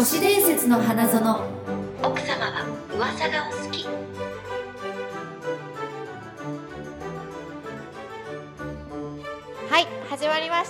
都市伝説の花園。 奥様は噂がお好き。 はい、始まりました。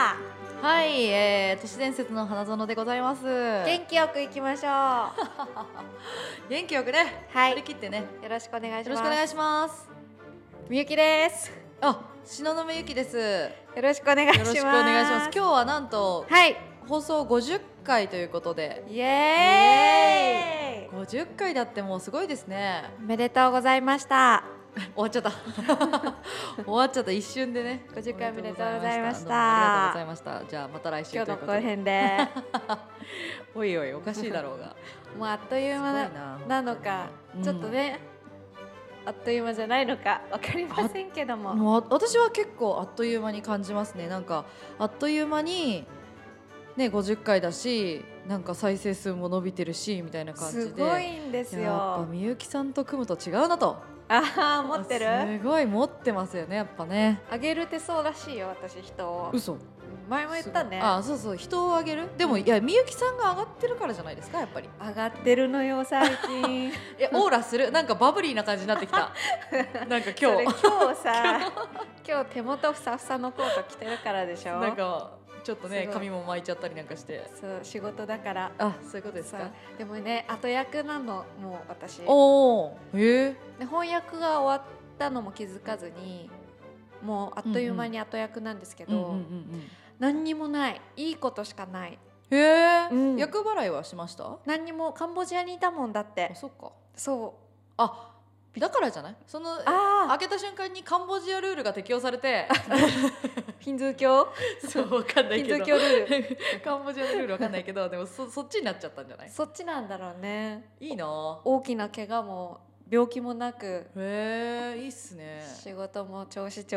はい、都市伝説の花園でございます。 元気よくいきましょう。 元気よくね、 はい、 張り切ってね。 よろしくお願いします。 よろしくお願いします。 みゆきです。 あ、東雲ゆきです。よろしくお願いします。 よろしくお願いします。今日はなんと、 はい、 放送50回ということで、 イエーイ。 50回だってもうすごいですね。 おめでとうございました。 終わっちゃった終わっちゃった、一瞬でね。 50回おめでとうございました。 ありがとうございました。じゃあまた来週ということで、 今日の後編でおいおい、おかしいだろうがもうあっという間 なのか、ちょっとね、あっという間じゃないのか分かりませんけども、 もう私は結構あっという間に感じますね。なんかあっという間にね、50回だし、なんか再生数も伸びてるしみたいな感じで、 すごいんですよ。 やっぱみゆきさんと組むと違うなと。 ああ、持ってる。 すごい持ってますよね、やっぱね。 あげるってそうらしいよ、私。人を嘘。 前も言ったね。 あ、そうそう、人をあげる。でもいや、みゆきさんが上がってるからじゃないですか、やっぱり。 上がってるのよ最近。 いや、オーラする。なんかバブリーな感じになってきたなんか今日今日手元ふさふさのコート着てるからでしょ。 なんかちょっとね、髪も巻いちゃったりなんかして。 そう、仕事だから。 あ、そういうことですか。 でもね、後役なの、もう私。 おお、 で翻訳が終わったのも気づかずに、もうあっという間に後役なんですけど、何にもない、いいことしかない。 へえ、厄払いはしました？ 何にも。カンボジアにいたもんだって。 あ、そっか。 そう。 あ、だからじゃない？その開けた瞬間にカンボジアルールが適用されてヒンズー教？ そうわかんないけど。 ヒンズー教ルール。 カンボジアのルールわかんないけど、でもそっちになっちゃったんじゃない？ そっちなんだろうね。 いいな。 大きな怪我も病気もなく。 へえ、いいっすね。 仕事も調子。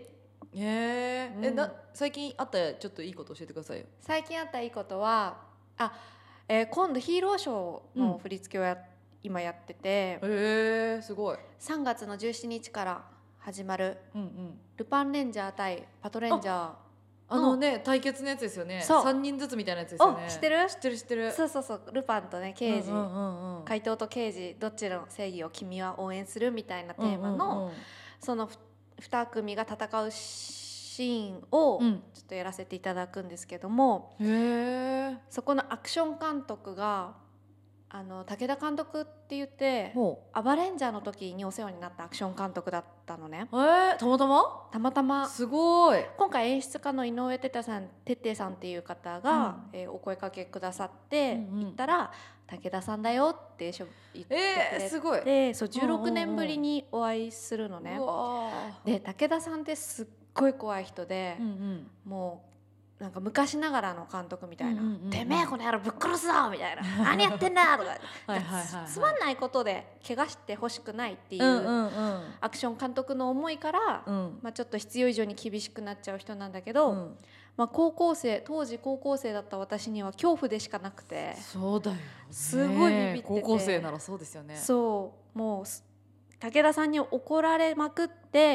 最近あったちょっといいこと教えてくださいよ。 最近あったいいことは、今度ヒーローショーの振り付けを今やってて、 すごい。 3月の17日から始まる、ルパンレンジャー対パトレンジャー、 対決のやつですよね。 そう、 3人ずつみたいなやつですよね。 知ってる？ 知ってる。 そうルパンとね、刑事、怪盗と刑事、どっちの正義を君は応援するみたいなテーマの、その2組が戦うシーンをちょっとやらせていただくんですけども、そこのアクション監督が武田監督って言って、アバレンジャーの時にお世話になったアクション監督だったのね。たまたま。 すごい。 今回演出家の井上哲也さんっていう方が、お声かけくださって、行ったら武田さんだよって言ってくれて、 すごい。 そう、16年ぶりにお会いするのね。で、武田さんってすっごい怖い人で、もうなんか昔ながらの監督みたいな、てめえこの野郎ぶっ殺すぞみたいな何やってんだとかつまんないことで怪我してほしくないっていうアクション監督の思いから、ちょっと必要以上に厳しくなっちゃう人なんだけど、当時高校生だった私には恐怖でしかなくて。 そうだよね、 すごいビビってて。 高校生ならそうですよね。 そう、もう武田さんに怒られまくって、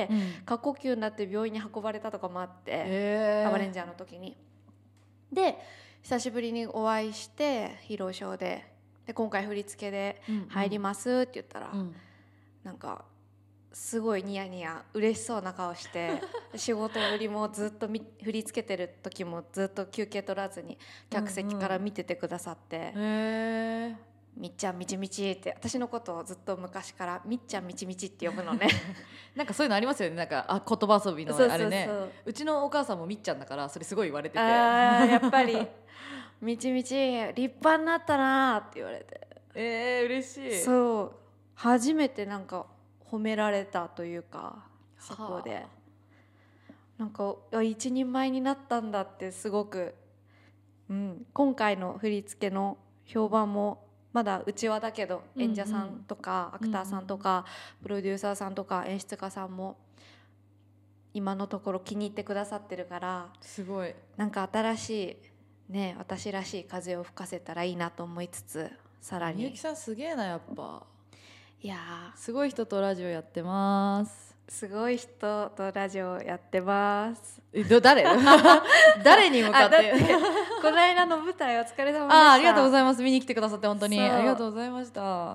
過呼吸になって病院に運ばれたとかもあって、アバレンジャーの時に。で、久しぶりにお会いしてヒーローショーで今回振り付けで入りますって言ったら、なんかすごいニヤニヤ嬉しそうな顔して仕事ぶりもずっと振り付けてる時もずっと休憩取らずに客席から見ててくださって、みっちゃんみちみちって、私のことをずっと昔からみっちゃんみちみちって呼ぶのねなんかそういうのありますよね。なんか言葉遊びのあれね。うちのお母さんもみっちゃんだからそれすごい言われてて、 やっぱりみちみち立派になったなって言われて、 嬉しい。 そう、初めてなんか褒められたというか、そこでなんか一人前になったんだってすごく、今回の振り付けの評判もまだ内輪だけど、演者さんとかアクターさんとかプロデューサーさんとか演出家さんも今のところ気に入ってくださってるから、 すごいなんか新しいね、私らしい風を吹かせたらいいなと思いつつ、さらにみゆきさんすげえな、やっぱ。 いやすごい人とラジオやってます。 すごい人とラジオやってます。 誰誰に向かってこの間の舞台お疲れ様でした。 ありがとうございます。見に来てくださって本当にありがとうございました。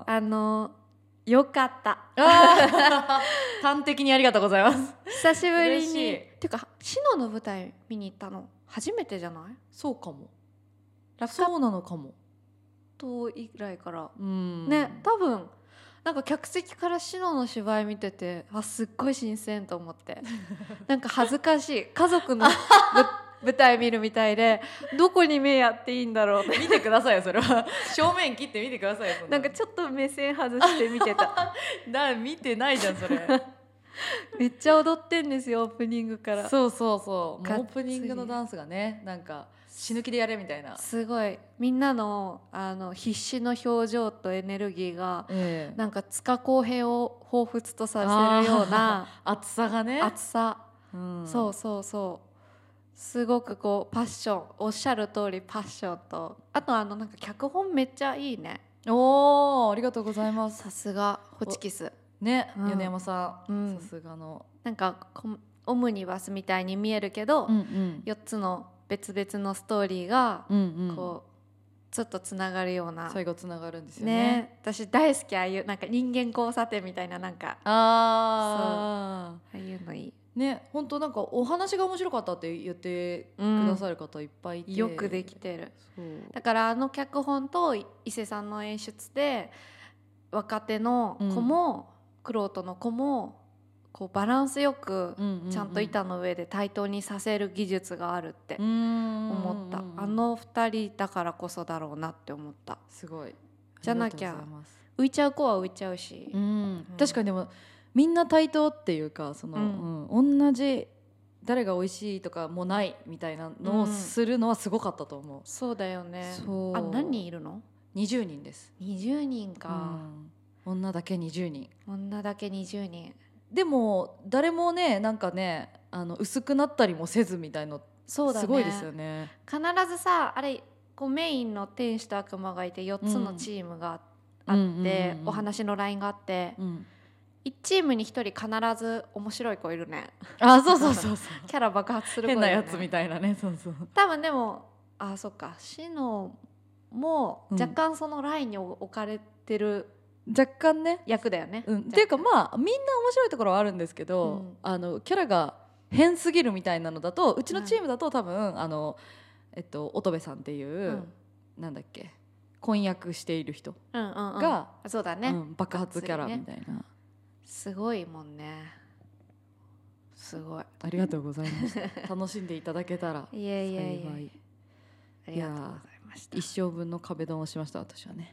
よかった端的にありがとうございます。 久しぶりにっていうかシノの舞台見に行ったの初めてじゃない？ そうかも。そうなのかも。 と以来からね、多分なんか客席からシノの芝居見ててすっごい新鮮と思ってなんか恥ずかしい家族の舞台見るみたいでどこに目やっていいんだろうって見てくださいよそれは正面切って見てくださいよ。 なんかちょっと目線外して見てた見てないじゃんそれめっちゃ踊ってんですよオープニングから。 そうオープニングのダンスがねなんか死ぬ気でやれみたいなすごいみんなの必死の表情とエネルギーが、なんか塚公平を彷彿とさせるような熱さがね熱さ、そうすごくこうパッションおっしゃる通りパッションとあとなんか脚本めっちゃいいね。 ありがとうございます。 さすがホチキスね、米山さん、さすがのなんかオムニバスみたいに見えるけど、4つの別々のストーリーがこうちょっとつながるような最後つながるんですよね。 私大好きああいうなんか人間交差点みたいななんかああいうのいいね。本当なんかお話が面白かったって言ってくださる方いっぱいいて、 よくできてる。だから脚本と伊勢さんの演出で若手の子も玄人の子もこうバランスよくちゃんと板の上で対等にさせる技術があるって思った。2人だからこそだろうなって思った。 すごい。 じゃなきゃ浮いちゃう子は浮いちゃうし、 確かにでもみんな対等っていうか同じ誰が美味しいとかもないみたいなのをするのはすごかったと思う。 そうだよね。何人いるの ？20人です。 20人か、 女だけ20人。 女だけ20人でも誰もねなんかね薄くなったりもせずみたいなすごいですよね。 必ずさあれこうメインの天使と悪魔がいて4つのチームがあって、お話のラインがあって、1チームに1人必ず面白い子いるね。 そうキャラ爆発する子いるね。 変なやつみたいなね。 多分でもそっかシノも若干そのラインに置かれてる、 若干ね役だよね。 っていうかみんな面白いところはあるんですけど、キャラが変すぎるみたいなのだとうちのチームだと多分乙部さんっていう、なんだっけ婚約している人が、 そうだね、 爆発キャラみたいな、 すごいもんね。すごいありがとうございます楽しんでいただけたら幸い。 ありがとうございました。 一生分の壁ドンをしました私はね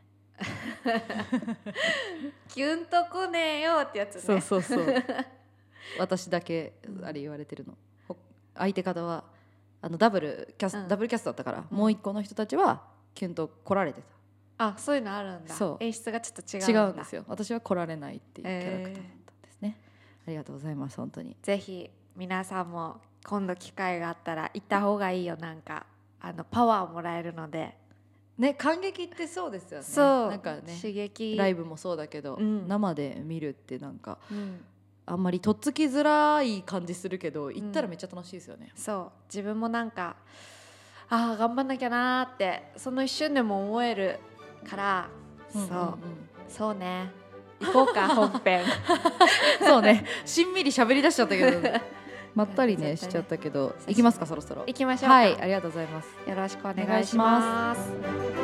キュンとこねえよってやつね。 そう私だけあれ言われてるの、相手方はダブルキャストだったから、もう一個の人たちはキュンと来られてた。 そういうのあるんだ。演出がちょっと違うんですよ。私は来られないっていうキャラクターだったんですね。ありがとうございます本当に。 ぜひ皆さんも今度機会があったら行った方がいいよ。なんかパワーもらえるのでね。感激ってそうですよね。なんかね刺激ライブもそうだけど、生で見るってなんか、あんまりとっつきづらい感じするけど行ったらめっちゃ楽しいですよね。 そう自分もなんか頑張んなきゃなってその一瞬でも思えるから、そうね行こうか本編そうねしんみり喋り出しちゃったけどまったりねしちゃったけど、行きますかそろそろ。 行きましょうか。 はい、ありがとうございます。 よろしくお願いします。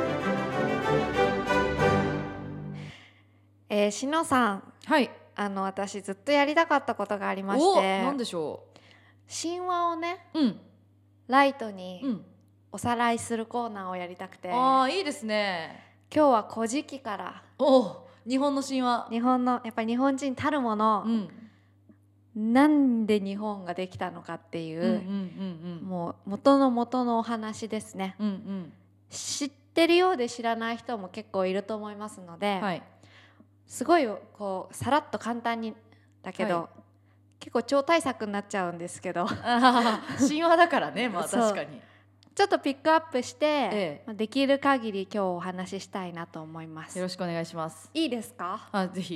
しのさん、 はい、 私ずっとやりたかったことがありまして。 何でしょう。 神話をね、ライトにおさらいするコーナーをやりたくて。 いいですね。 今日は古事記から。 日本の神話。 やっぱり日本人たるもの、なんで日本ができたのかっていう、もう元のお話ですね。知ってるようで知らない人も結構いると思いますので、すごいこうさらっと簡単にだけど、結構超大作になっちゃうんですけど神話だからね。確かにちょっとピックアップして、できる限り今日お話ししたいなと思います。 よろしくお願いします。 いいですか？ ぜひ。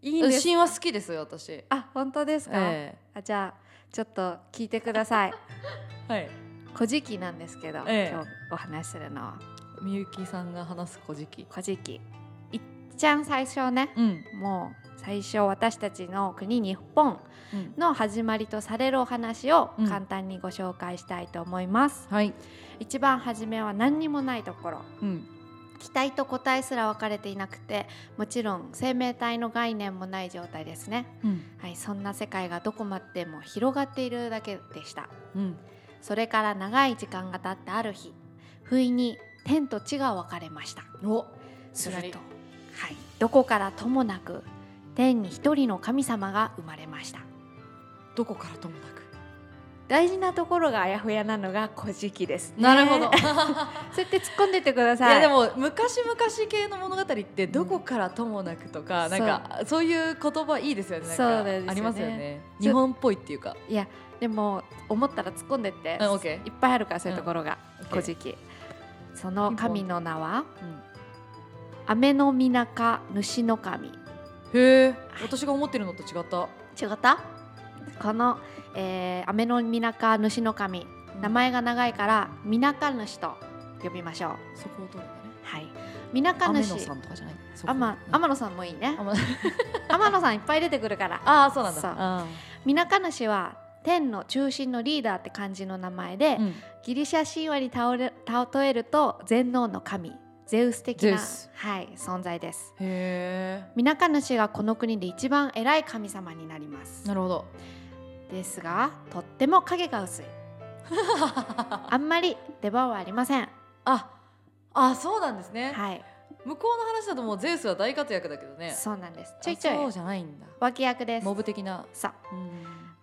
いいんですか？ 神話好きですよ私。 あ、本当ですか？あ、じゃあちょっと聞いてください。 はい。 古事記なんですけど、今日お話しするのはみゆきさんが話す古事記。 古事記。いっちゃん最初ね、もう最初私たちの国日本の始まりとされるお話を簡単にご紹介したいと思います。 はい。 一番初めは何にもないところ。気体と固体すら分かれていなくて、もちろん生命体の概念もない状態ですね。はい、そんな世界がどこまでも広がっているだけでした。それから長い時間が経ったある日、不意に天と地が分かれました。すると、はい、どこからともなく天に一人の神様が生まれました。 どこからともなく。 大事なところがあやふやなのが古事記ですね。 なるほど。 そうやって突っ込んでってください。 いやでも昔々系の物語ってどこからともなくとか、なんかそういう言葉いいですよね。なんかそうですよね。 ありますよね。日本っぽいっていうか。 いやでも思ったら突っ込んでって、いっぱいあるからそういうところが、古事記。その神の名は雨のみなか主の神。 へえ、私が思ってるのと違った。 違った？この雨のみなか主の神、名前が長いからみなか主と呼びましょう。 そこを取るんだね。 はい。みなか主。 天野さんとかじゃない。 天野さんもいいね。天野さんいっぱい出てくるから。 ああ、そうなんだ。 みなか主は天の中心のリーダーって感じの名前で、ギリシャ神話に例えると全能の神、ゼウス的な、はい、存在です。みなか主がこの国で一番偉い神様になります。 なるほど。 ですがとっても影が薄い。あんまり出番はありません。 あ、そうなんですね。はい。向こうの話だともうゼウスは大活躍だけどね。 そうなんです。ちょいちょい。 そうじゃないんだ。 脇役です。 モブ的な。 そう。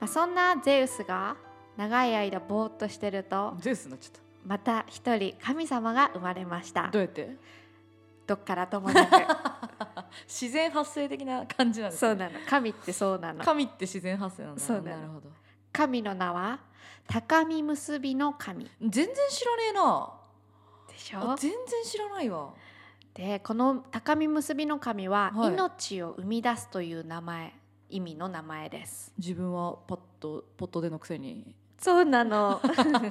そんなゼウスが長い間ぼーっとしてると、 ゼウスになっちゃった。 また一人神様が生まれました。 どうやって？ どっからともなく。 自然発生的な感じなんですね。 そうなの。神ってそうなの。 神って自然発生なんだ。 そうなの。 なるほど。 神の名は高み結びの神。 全然知らねえな。 でしょ？ 全然知らないわ。 で、この高み結びの神は、命を生み出すという意味の名前です。 自分はポットでのくせに。 そうなの。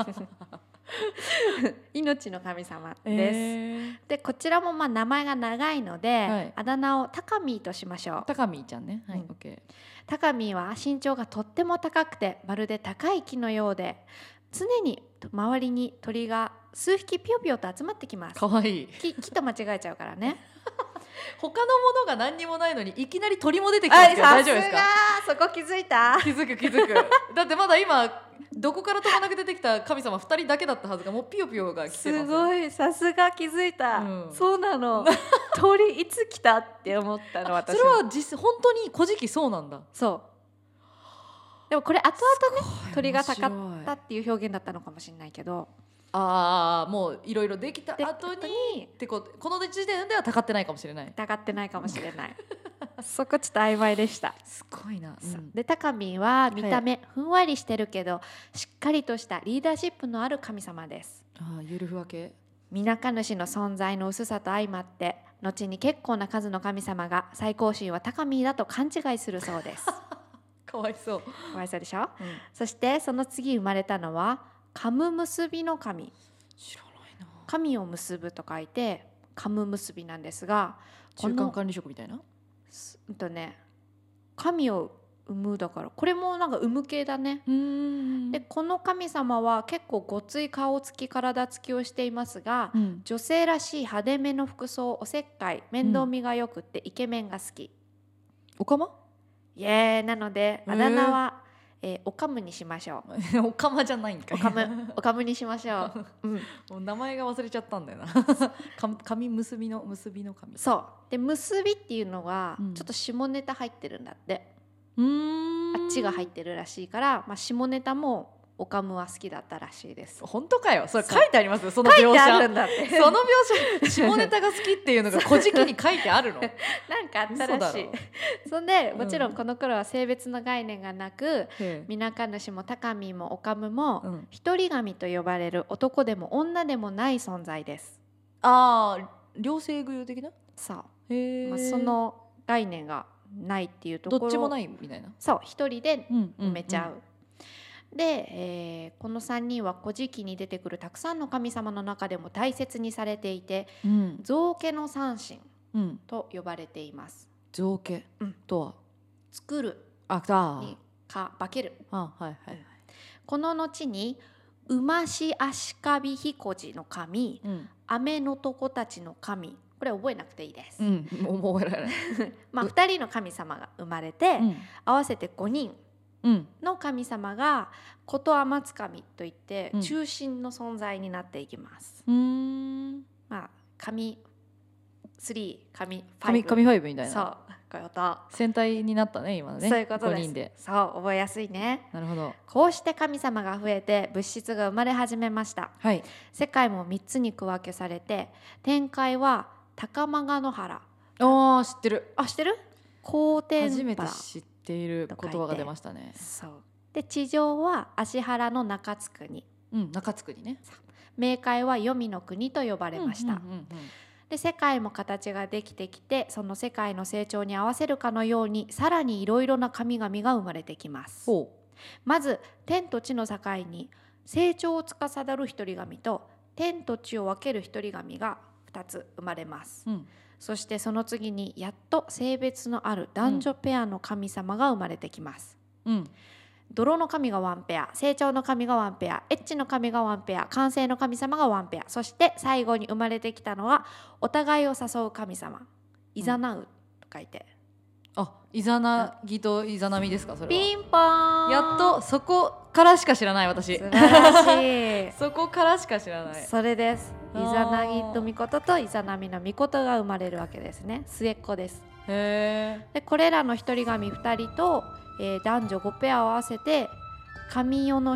命の神様です。でこちらも名前が長いので、あだ名をタカミーとしましょう。 タカミーちゃんね。はい、OK。 タカミーは身長がとっても高くて、まるで高い木のようで、常に周りに鳥が数匹ピヨピヨと集まってきます。 かわいい。 木と間違えちゃうからね。 他のものが何にもないのにいきなり鳥も出てきますけど大丈夫ですか？ そこ気づいた？ 気づく。だってまだ今どこからともなく出てきた神様2人だけだったはずが、もうピヨピヨが来てます。 すごい、さすが気づいた。そうなの。鳥いつ来たって思ったの私。 それは本当に古事記そうなんだ。 そう。でもこれ後々ね、鳥がたかったっていう表現だったのかもしれないけど。 もういろいろできた後にってこの時点ではたかってないかもしれない。 たかってないかもしれない。そこちょっと曖昧でした。 すごいな。 でタカミンは見た目ふんわりしてるけど、しっかりとしたリーダーシップのある神様です。 ゆるふわけ。 みなか主の存在の薄さと相まって、後に結構な数の神様が最高神はタカミンだと勘違いするそうです。 かわいそう。 かわいそうでしょ。そしてその次生まれたのはカム結びの神。 知らないな。 神を結ぶと書いてカム結びなんですが、 中間管理職みたいな。 神を生むだから、これもなんか生む系だね。でこの神様は結構ごつい顔つき体つきをしていますが、女性らしい派手めの服装、おせっかい、面倒見がよくってイケメンが好き。 おかま？ イエーイ。なのであだ名はおかむにしましょう。おかまじゃないんかい。 おかむにしましょう。 もう名前が忘れちゃったんだよな。神結びの神。 そうで、結びっていうのはちょっと下ネタ入ってるんだって。あっちが入ってるらしいから、下ネタもおかむは好きだったらしいです。 本当かよ。それ書いてありますよ。その描写。書いてあるんだって。その描写、下ネタが好きっていうのが古事記に書いてあるの。 なんかあったらしい。そんでもちろんこの頃は性別の概念がなく、みなか主もタカミもおかむも一人神と呼ばれる男でも女でもない存在です。 両性具有的な。 そう。その概念がないっていうところ、 どっちもないみたいな。 そう一人で埋めちゃう、で、この3人は古事記に出てくるたくさんの神様の中でも大切にされていて、造家の三神と呼ばれています。 造家とは、 作るに化ける。この後に馬し足利彦次の神、雨の男たちの神、これ覚えなくていいです。 覚えられない 2人の神様が生まれて、合わせて5人の神様がこと天津神といって中心の存在になっていきます。神3、神5、 神5みたいな。 そう、こういうこと戦隊になったね今ね。 そういうことです。 5人で。 そう、覚えやすいね。 なるほど。 こうして神様が増えて物質が生まれ始めました。世界も3つに区分けされて、天界は高間ヶ原。 知ってる。 知ってる？高天初めて知っている言葉が出ましたね。 そうで、地上は芦原の中津国、 中津国ね。 冥界は黄泉の国と呼ばれました。で、世界も形ができてきて、その世界の成長に合わせるかのようにさらにいろいろな神々が生まれてきます。まず天と地の境に成長を司る一人神と天と地を分ける一人神が2つ生まれます。そしてその次にやっと性別のある男女ペアの神様が生まれてきます。泥の神がワンペア、成長の神がワンペア、エッチの神がワンペア、完成の神様がワンペア、そして最後に生まれてきたのはお互いを誘う神様、いざなうと書いて、 いざなぎといざなみですか。それはピンポーン。 やっとそこからしか知らない私。 素晴らしいそこからしか知らない。 それです。いざなぎとみことといざなみのみことが生まれるわけですね。末っ子です。で、これらの一人神2人と、男女5ペアを合わせて神代の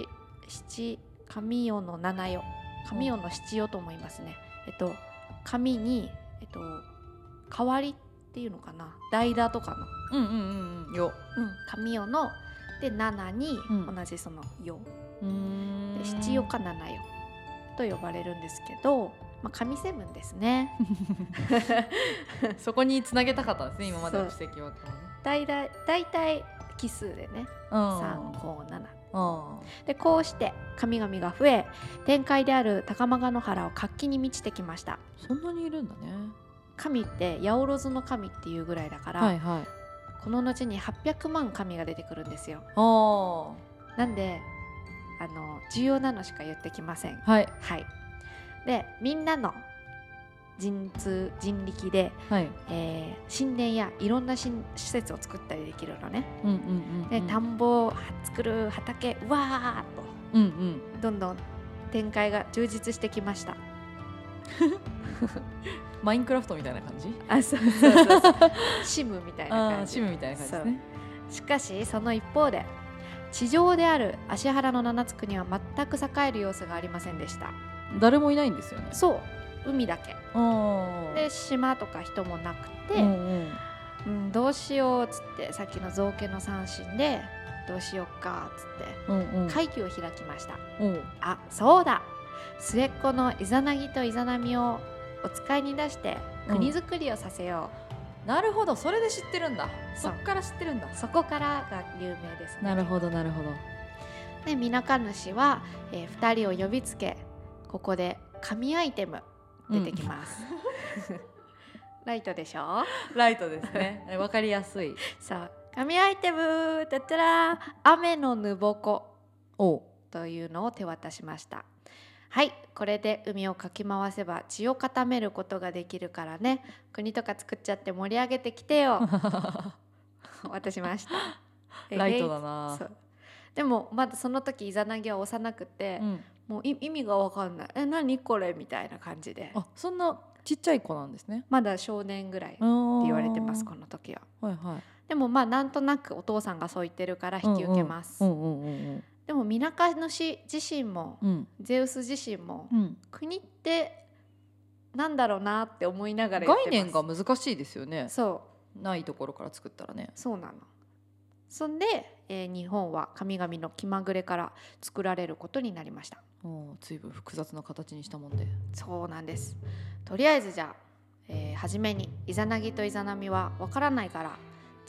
神代の七代、神代の七代と思いますね。神に、代わりっていうのかな、代打とかのよ、 神代ので7に同じその代、で七代か七代と呼ばれるんですけど、神セブンですね。 そこにつなげたかったんですね、今までの指摘は。 だいたい奇数でね、3、5、7で、こうして神々が増え、天界である高間ヶ原を活気に満ちてきました。 そんなにいるんだね。 神って八百万の神っていうぐらいだから、この後に800万神が出てくるんですよ。なんで重要なのしか言ってきません。で、みんなの人力で、神殿やいろんな施設を作ったりできるのね。で、田んぼを作る畑、わーっと、どんどん展開が充実してきました。 マインクラフトみたいな感じ？ そうシムみたいな感じ。 シムみたいな感じですね。 しかしその一方で、地上である芦原の七津国は全く栄える様子がありませんでした。 誰もいないんですよね。 そう、海だけで、島とか人もなくて、どうしようっつって、さっきの造家の三神でどうしよっかっつって会議を開きました。そうだ、末っ子のイザナギとイザナミをお使いに出して国づくりをさせよう。なるほど、それで知ってるんだ。そっから知ってるんだ。 そこからが有名ですね。 なるほどなるほど。 で、みなか主は、2人を呼びつけ、ここで神アイテム出てきます。ライトでしょ？ ライトですね。わかりやすい。 さあ、神アイテムだったら雨のぬぼこというのを手渡しました。はい、これで海をかき回せば血を固めることができるからね、国とか作っちゃって盛り上げてきてよ。渡しました。 ライトだな。 でもまだその時イザナギは幼くて、もう意味が分かんない、何これみたいな感じで。 そんなちっちゃい子なんですね。 まだ少年ぐらいって言われてます、この時は。でもなんとなくお父さんがそう言ってるから引き受けます。でもみなか主自身も、ゼウス自身も、国ってなんだろうなって思いながら言ってます。 概念が難しいですよね。 そうないところから作ったらね。 そうなの。そんで、日本は神々の気まぐれから作られることになりました。 随分複雑な形にしたもんで。 そうなんです。とりあえずじゃあ、初めにイザナギとイザナミはわからないから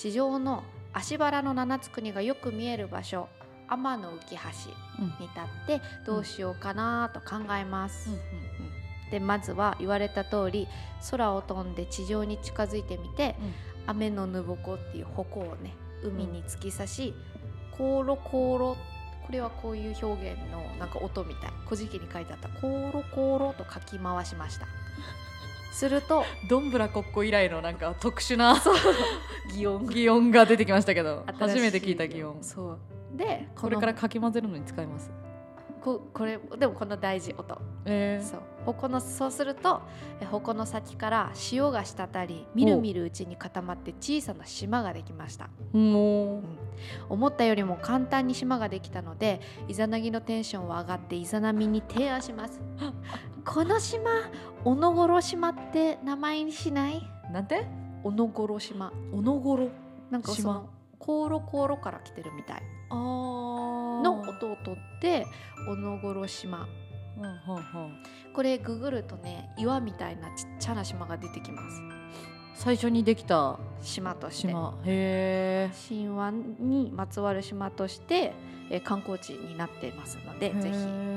地上の足原の七つ国がよく見える場所、天の浮橋に立ってどうしようかなと考えます、でまずは言われた通り空を飛んで地上に近づいてみて、雨のぬぼこっていう矛をね海に突き刺し、コロコロ、これはこういう表現のなんか音みたい、古事記に書いてあったコロコロと書き回しました。するとどんぶらこっこ以来のなんか特殊な擬音が出てきましたけど、初めて聞いた擬音。 そうでこれからかき混ぜるのに使います。 これでもこの大事音、そうそうすると矛の先から潮が滴り、みるみるうちに固まって小さな島ができました。思ったよりも簡単に島ができたので、イザナギのテンションは上がってイザナミに提案しますこの島、おのごろ島って名前にしない？ なんて？ おのごろ島。 おのごろなんかそのコーロコーロから来てるみたいの音を取っておのごろ島、これググるとね、岩みたいなちっちゃな島が出てきます。 最初にできた島として、神話にまつわる島として観光地になっていますので、ぜひ。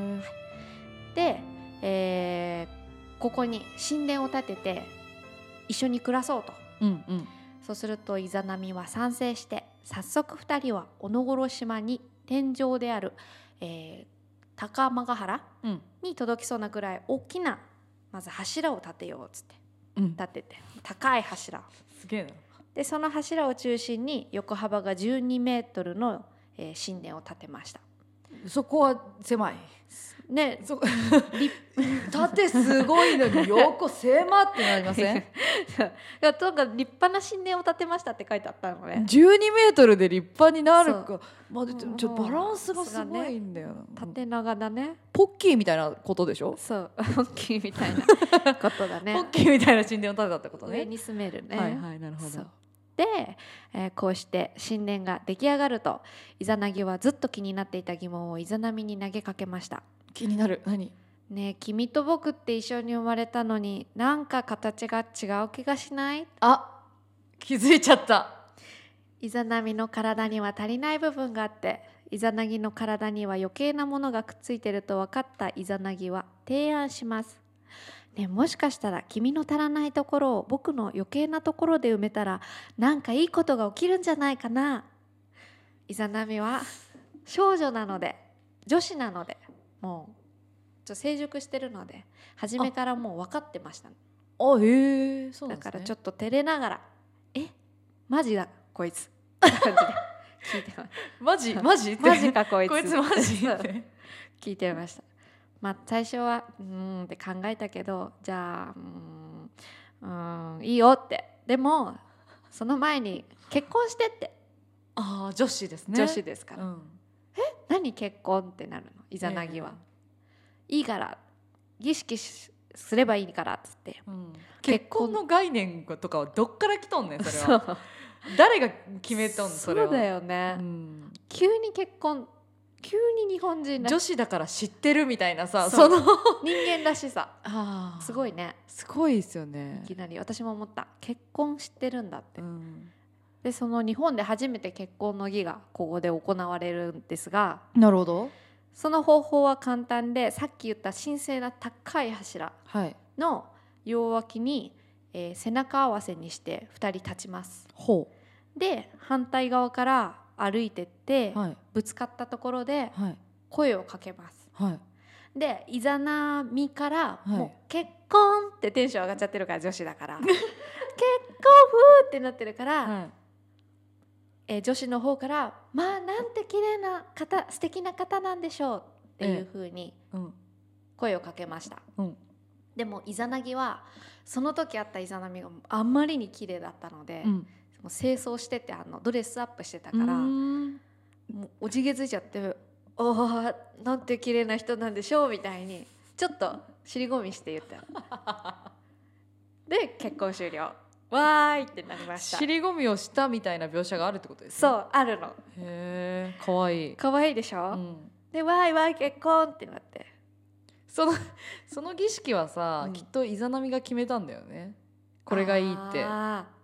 で、ここに神殿を建てて一緒に暮らそうと、そうするとイザナミは賛成して、早速2人はおのごろ島に天井である、高間ヶ原に届きそうなくらい大きなまず柱を立てようっつって、立てて高い柱、 すげえな。 でその柱を中心に横幅が12メートルの、神殿を建てました。 そこは狭いね、 縦すごいのに横狭ってなりません？ いや、とにかく立派な神殿を建てましたって書いてあったのね。 12メートルで立派になるか、ちょっとバランスがすごいんだよな。 縦長だね。 ポッキーみたいなことでしょ？ そう、ポッキーみたいなことだね。 ポッキーみたいな神殿を建てたってことね。 上に住めるね。 はいはい、なるほど。 で、こうして神殿が出来上がると、イザナギはずっと気になっていた疑問をイザナミに投げかけました。 気になる。何？ ねえ、君と僕って一緒に生まれたのになんか形が違う気がしない？ 気づいちゃった。 イザナミの体には足りない部分があって、イザナギの体には余計なものがくっついてると分かったイザナギは提案します。ね、もしかしたら君の足らないところを僕の余計なところで埋めたらなんかいいことが起きるんじゃないかな。イザナミは少女なので、女子なので、もう成熟してるので初めからもう分かってました。 そうなんですね。 だからちょっと照れながらマジだこいつって感じで聞いてます。マジかこいつこいつマジって聞いてました。最初はって考えたけど、じゃあいいよって、でもその前に結婚してって。 女子ですね。 女子ですから、何結婚ってなるの、イザナギは。いいから儀式すればいいからっつって、 結婚の概念とかはどっから来とんねん、それは。誰が決めとんの、それは。 そうだよね、急に結婚、急に日本人女子だから知ってるみたいなさ、 その人間らしさすごいね。 すごいですよね。 いきなり私も思った、結婚知ってるんだって、でその日本で初めて結婚の儀がここで行われるんですが、 なるほど。 その方法は簡単で、さっき言った神聖な高い柱の両脇に、背中合わせにして2人立ちます。で反対側から歩いてって、ぶつかったところで声をかけます。でイザナミから、もう結婚ってテンション上がっちゃってるから、女子だから結婚ふーってなってるから、女子の方からなんて綺麗な方、素敵な方なんでしょうっていう風に声をかけました。でもイザナギはその時あったイザナミがあんまりに綺麗だったので、もう清掃しててドレスアップしてたから、もうおじげついちゃって、なんて綺麗な人なんでしょうみたいにちょっと尻込みして言ったで結婚終了、わーいってなりました。 尻込みをしたみたいな描写があるってことですね。 そう、あるの。 へー、かわいい。 かわいいでしょ、でわーいわーい結婚ってなって、 その儀式はさ、きっとイザナミが決めたんだよね、これがいいって。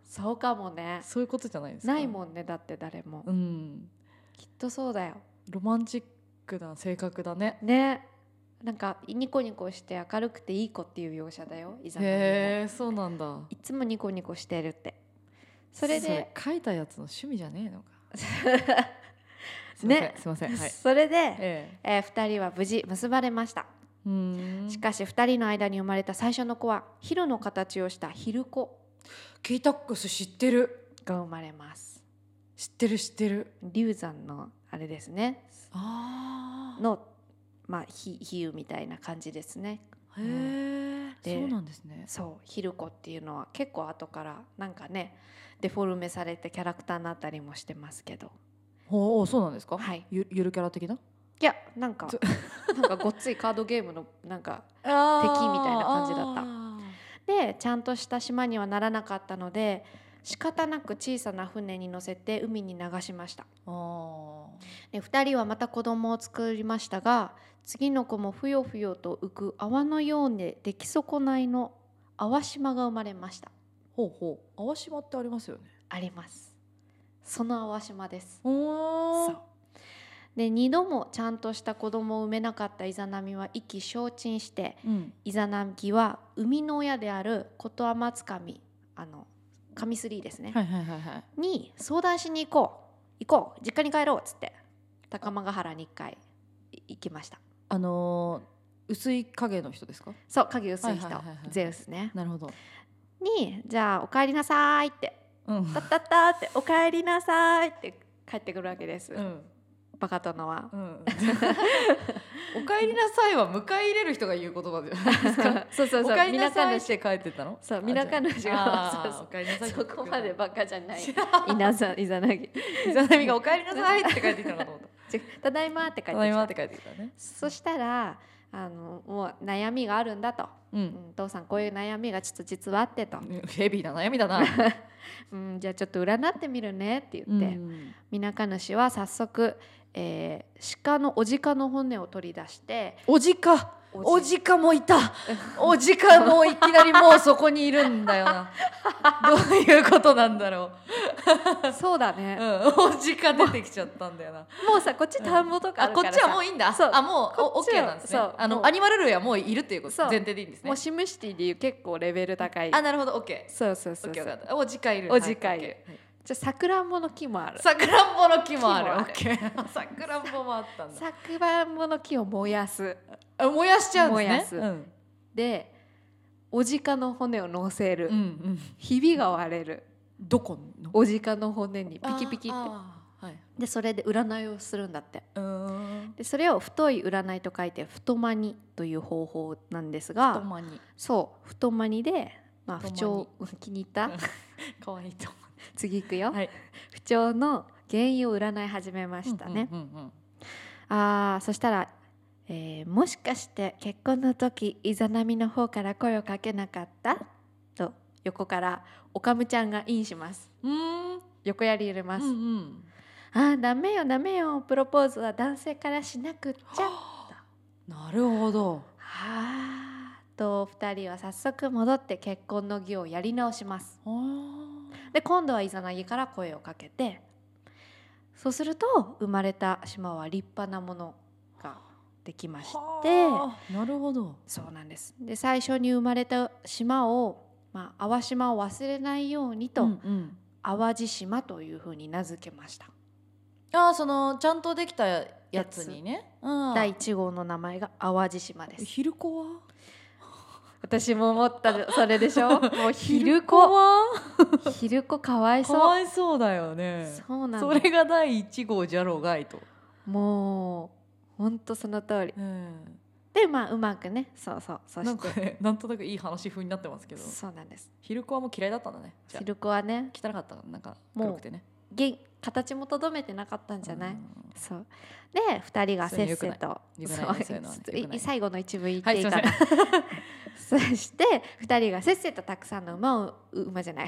そうかもね。 そういうことじゃないですか。 ないもんね、だって誰も、 うん、 きっとそうだよ。 ロマンチックな性格だね。 ね、なんかニコニコして明るくていい子っていう描写だよ、イザナミも。 へえ、そうなんだ。 いつもニコニコしてるって。それで書いたやつの趣味じゃねえのか。 ね、 すいません、はい。 それで、2人は無事結ばれました。しかし2人の間に生まれた最初の子はヒルの形をしたヒルコ。 聞いたこと知ってる。 が生まれます。 知ってる知ってる。 流産のあれですね。のまあ比喩みたいな感じですね。 へえ、そうなんですね。 そう、ヒルコっていうのは結構後からなんかねデフォルメされてキャラクターになったりもしてますけど。 ほう、そうなんですか。 はい。 ゆるキャラ的な。 いや、なんかごっついカードゲームのなんか敵みたいな感じだった。で、ちゃんとした島にはならなかったので仕方なく小さな船に乗せて海に流しました。で、2人はまた子供を作りましたが、次の子もふよふよと浮く泡のようで出来損ないの泡島が生まれました。 ほうほう、泡島ってありますよね。 あります。その泡島です。 そうで、2度もちゃんとした子供を産めなかったイザナミは意気消沈して、イザナギは生みの親である琴天津神、神3ですね、に相談しに行こう実家に帰ろうっつって高間ヶ原に1回行きました。 薄い影の人ですか。 そう、影薄い人、ゼウスね。 なるほど。 に、じゃあお帰りなさいって、タッタッタってお帰りなさいって帰ってくるわけです、バカ殿は。 お帰りなさいは迎え入れる人が言う言葉じゃないですか。 そうそうそう、 お帰りなさいして帰ってたの。 そう、皆彼女がそこまでバカじゃない。イザナギがお帰りなさいって帰ってきたのかと思った。 ただいまって帰ってきたね。そしたらもう悩みがあるんだと、お父さんこういう悩みがちょっと実はあってと。 ヘビーな悩みだな。 じゃあちょっと占ってみるねって言って、皆彼主は早速、鹿のおじかの骨を取り出して。おじかもいた。おじかもいきなりもうそこにいるんだよな。 どういうことなんだろう。そうだね、 おじか出てきちゃったんだよな。 もうさ、こっち田んぼとかあるからさ、 こっちはもういいんだ。もうオッケーなんですね。アニマル類はもういるっていうこと前提でいいんですね。 もうシムシティでいう結構レベル高い。 なるほど、オッケー。そうおじかいる。 じゃあさくらんぼの木もある。 さくらんぼの木もある。オッケー。さくらんぼもあったんだ。 さくらんぼの木を燃やす。 燃やしちゃうんですね。 で、おじかの骨を乗せる。ひびが割れる。 どこの？ おじかの骨にピキピキって。で、それで占いをするんだって。で、それを太い占いと書いて太マニという方法なんですが、太マニで、不調、気に入った？ かわいいと思う。 次行くよ。不調の原因を占い始めましたね。そしたら、もしかして結婚の時イザナミの方から声をかけなかったと横からおかむちゃんがインします。横やり入れます。ダメよプロポーズは男性からしなくっちゃ。 なるほど。 と2人は早速戻って結婚の儀をやり直します。で、今度はイザナギから声をかけて、そうすると生まれた島は立派なものができまして。 なるほど。 そうなんです。で、最初に生まれた島を、淡島を忘れないようにと、淡路島というふうに名付けました。 そのちゃんとできたやつにね、 第1号の名前が淡路島です。 ヒルコは？ 私も思ったそれでしょ。もうヒルコかわいそう。 かわいそうだよね。 そうなの。 それが第1号じゃろうがいと。 もう本当その通り。で、うまくね、そしてなんとなくいい話風になってますけど。 そうなんです。 ヒルコはもう嫌いだったんだね。 ヒルコはね、 汚かった、なんか黒くてね。 形もとどめてなかったんじゃない？そうで2人がせっせと最後の一部言っていいかな、そして2人がせっせとたくさんの馬じゃない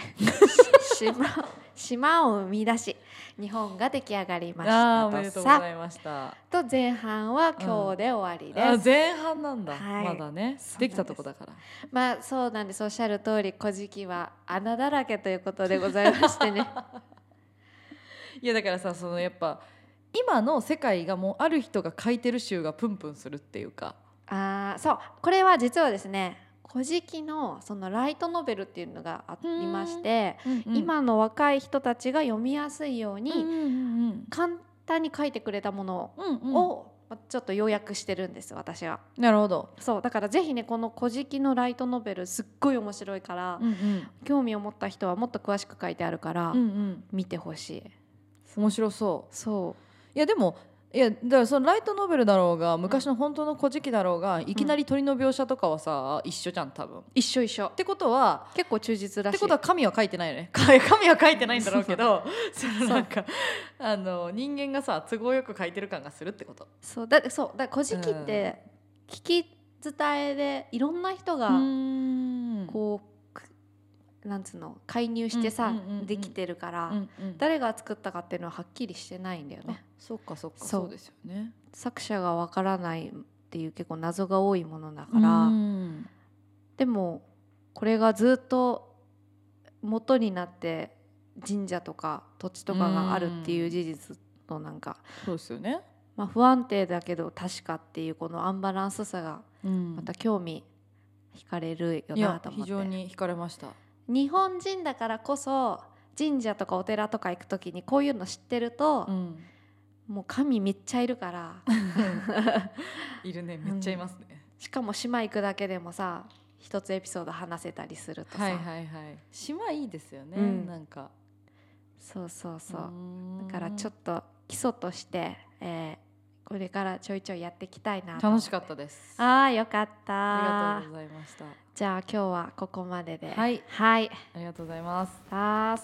島を生み出し日本が出来上がりましたとさ。 おめでとうございました。 と前半は今日で終わりです。 前半なんだ、まだねできたとこだから。 まあそうなんです。おっしゃる通り古事記は穴だらけということでございましてねいやだからさ、そのやっぱ今の世界がもうある人が書いてる集がプンプンするっていうか、 そうこれは実はですね古事記のそのライトノベルっていうのがありまして、今の若い人たちが読みやすいように簡単に書いてくれたものをちょっと要約してるんです私は。 なるほど。 そうだからぜひねこの古事記のライトノベルすっごい面白いから、興味を持った人はもっと詳しく書いてあるから、見てほしい。 面白そう。 そういやでもだからそのライトノベルだろうが昔の本当の古事記だろうが、いきなり鳥の描写とかはさ一緒じゃん多分。 一緒ってことは結構忠実らしい。 ってことは神は書いてないよね。神は書いてないんだろうけどそのなんか人間がさ都合よく書いてる感がするってこと。 そうだ古事記って聞き伝えでいろんな人がこうなんつうの介入してさできてるから、誰が作ったかっていうのははっきりしてないんだよね。 そうですよね。 作者がわからないっていう結構謎が多いものだから、でもこれがずっと元になって神社とか土地とかがあるっていう事実のなんかそうですよね。 まあ不安定だけど確かっていうこのアンバランスさがまた興味惹かれるよなと思って。 非常に惹かれました。 日本人だからこそ神社とかお寺とか行くときにこういうの知ってると、もう神めっちゃいるからいるね、めっちゃいますね、 しかも島行くだけでもさ一つエピソード話せたりするとさ、 島いいですよね、なんかそうだからちょっと基礎として、これからちょいちょいやっていきたいなと。 楽しかったです。 よかった。 ありがとうございました。 じゃあ今日はここまでで。 はい、ありがとうございます。はい、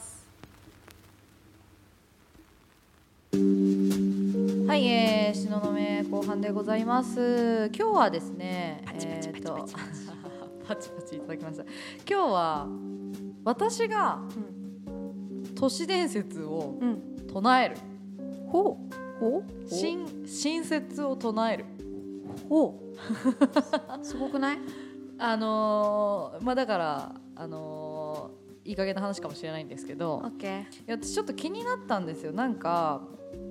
東雲後半でございます。今日はですね、パチパチいただきました。今日は私が都市伝説を唱える、新説を唱える。 すごくない？ まあだからいい加減な話かもしれないんですけど、私ちょっと気になったんですよ。なんか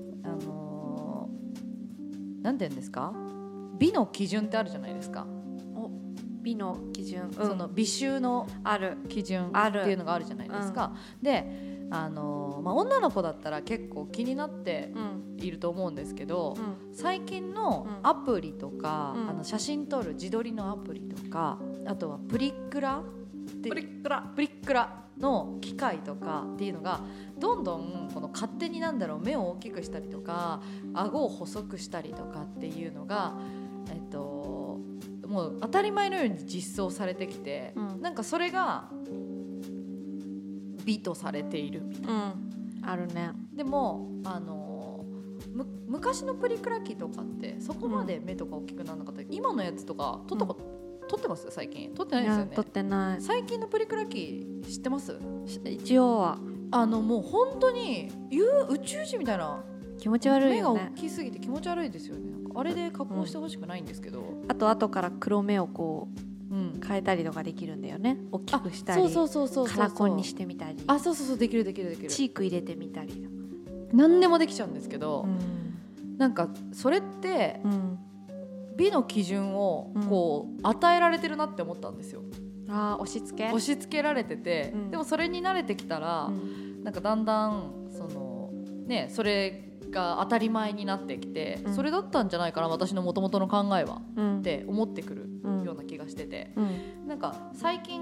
なんて言うんですか、美の基準ってあるじゃないですか。 美の基準、 その美醜の基準っていうのがあるじゃないですか。で女の子だったら結構気になっていると思うんですけど、最近のアプリとか、写真撮る自撮りのアプリとか、あとはプリクラの機械とかっていうのがどんどんこの勝手に目を大きくしたりとか顎を細くしたりとかっていうのが、もう当たり前のように実装されてきて、なんかそれが美とされているみたいな、 あるね。 でも昔のプリクラ機とかってそこまで目とか大きくならなかった。今のやつとか撮ってます？最近撮ってないですよね。 撮ってない。 最近のプリクラ機知ってます？ 一応はもう本当に宇宙人みたいな、 気持ち悪いよね。 目が大きすぎて気持ち悪いですよね。なんかあれで加工してほしくないんですけど、 あと後から黒目をこう変えたりとかできるんだよね。大きくしたり、カラコンにしてみたり、 できるチーク入れてみたり、 何でもできちゃうんですけど、なんかそれって、美の基準をこう与えられてるなって思ったんですよ。 押し付けられてて、でもそれに慣れてきたら、なんかだんだんそれが当たり前になってきて、それだったんじゃないかな私の元々の考えは、って思ってくるような気がしてて、なんか最近、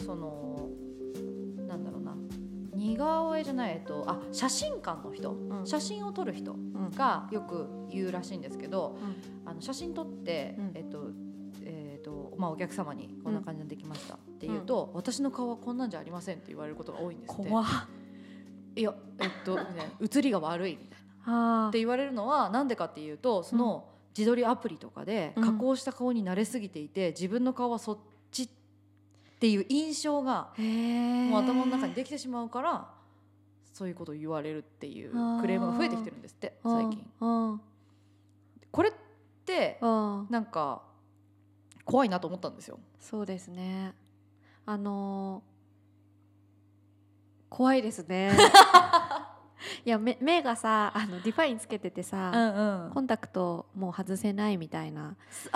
なんだろうな、似顔絵じゃない、写真館の人、写真を撮る人がよく言うらしいんですけど、写真撮って、お客様にこんな感じでできましたって言うと、私の顔はこんなんじゃありませんって言われることが多いんですって。 いや写りが悪いみたいなって言われるのはなんでかっていうと、その自撮りアプリとかで加工した顔に慣れすぎていて、自分の顔はそっちっていう印象がもう頭の中にできてしまうから、そういうことを言われるっていうクレームが増えてきてるんですって最近。これってなんか怖いなと思ったんですよ。 そうですね、怖いですねいや目がさディファインつけててさ、コンタクトもう外せないみたいな、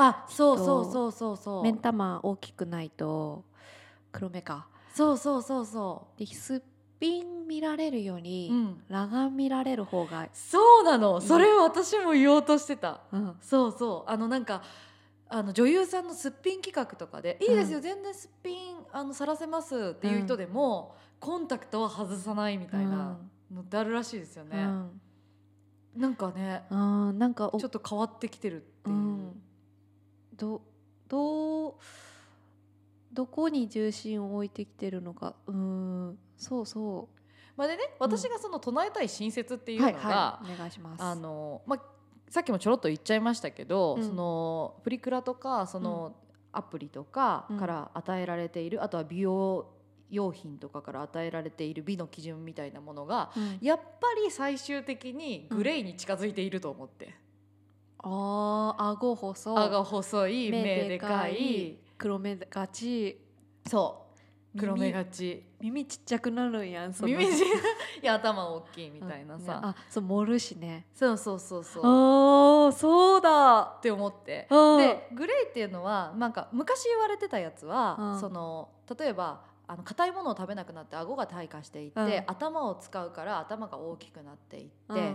そう目ん玉大きくないと黒目か、 そうで、すっぴん見られるより、裸眼見られる方がそうなの。それを私も言おうとしてた、そうなんか女優さんのすっぴん企画とかで、いいですよ全然すっぴんさらせますっていう人でも、コンタクトは外さないみたいなのってあるらしいですよね、なんかね、 なんかちょっと変わってきてるっていう、 どこに重心を置いてきてるのか、 まあでね、私がその唱えたい新説っていうのが、 お願いします。 さっきもちょろっと言っちゃいましたけど、そのプリクラとかそのアプリとかから与えられている、あとは美容用品とかから与えられている美の基準みたいなものが、やっぱり最終的にグレーに近づいていると思って、 顎細い、 目でかい、 黒目がち、 黒目がち、 耳ちっちゃくなるんやん、 耳ちいや頭大きいみたいなさ、 そう盛るしね、 そうそうだって思って、でグレーっていうのはなんか昔言われてたやつは、その例えば硬いものを食べなくなって顎が退化していって、頭を使うから頭が大きくなっていって、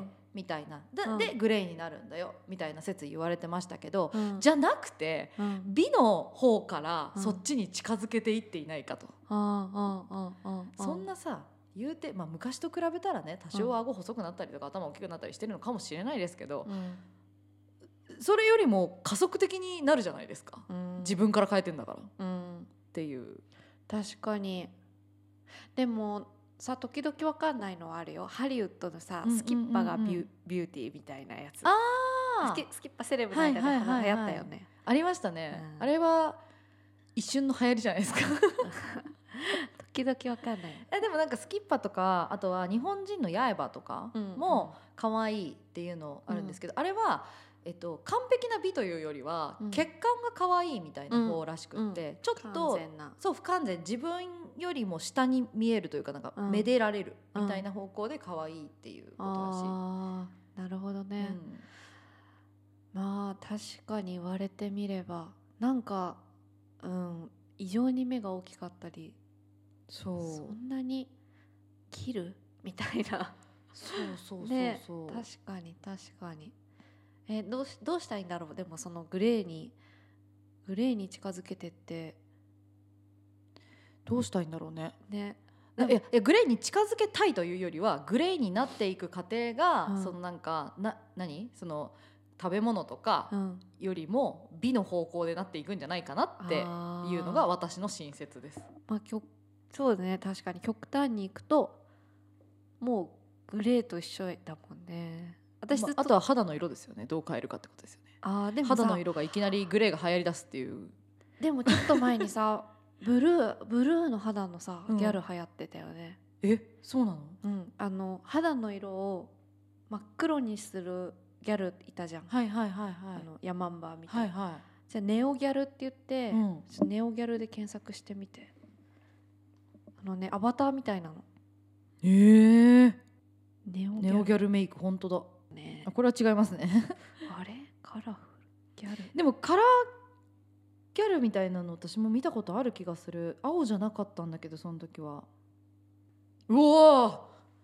みたいなでグレーになるんだよみたいな説言われてましたけど、じゃなくて、美の方からそっちに近づけていっていないかと、そんなさ言うて、昔と比べたらね多少顎細くなったりとか、頭大きくなったりしてるのかもしれないですけど、それよりも加速的になるじゃないですか、自分から変えてんだから、っていう。 確かに。でもさ、時々分かんないのはあるよ。ハリウッドのさ、スキッパがビューティーみたいなやつ、スキッパセレブの間で流行ったよね、 ありましたね、あれは一瞬の流行りじゃないですか時々分かんない。 でもなんかスキッパとか、あとは日本人の八重歯とかも可愛いっていうのあるんですけど、あれは完璧な美というよりは、血管が可愛いみたいな方らしくって、ちょっと不完全、自分よりも下に見えるというか、なんかめでられるみたいな方向で可愛いっていうことらしい。 なるほどね、まあ確かに言われてみれば、なんか異常に目が大きかったり、そんなに切るみたいなね、確かにどうしたいんだろう。でもそのグレーに近づけてってどうしたいんだろうね。いやグレーに近づけたいというよりは、グレーになっていく過程が、そのなんかその食べ物とかよりも美の方向でなっていくんじゃないかなっていうのが私の新説です。 そうね、確かに極端にいくともうグレーと一緒だもんね。 あとは肌の色ですよね、どう変えるかってことですよね。でも肌の色がいきなりグレーが流行りだすっていう。 でもちょっと前にさブルーの肌のさ、ギャル流行ってたよね。 そうなの？肌の色を真っ黒にするギャルいたじゃん。ヤマンバみたいな、じゃあネオギャルって言って、ネオギャルで検索してみて。アバターみたいなの。 ネオギャルメイク、本当だね。これは違いますねあれカラフルギャル、 でもカラーギャルみたいなの私も見たことある気がする。青じゃなかったんだけど、その時は。うわ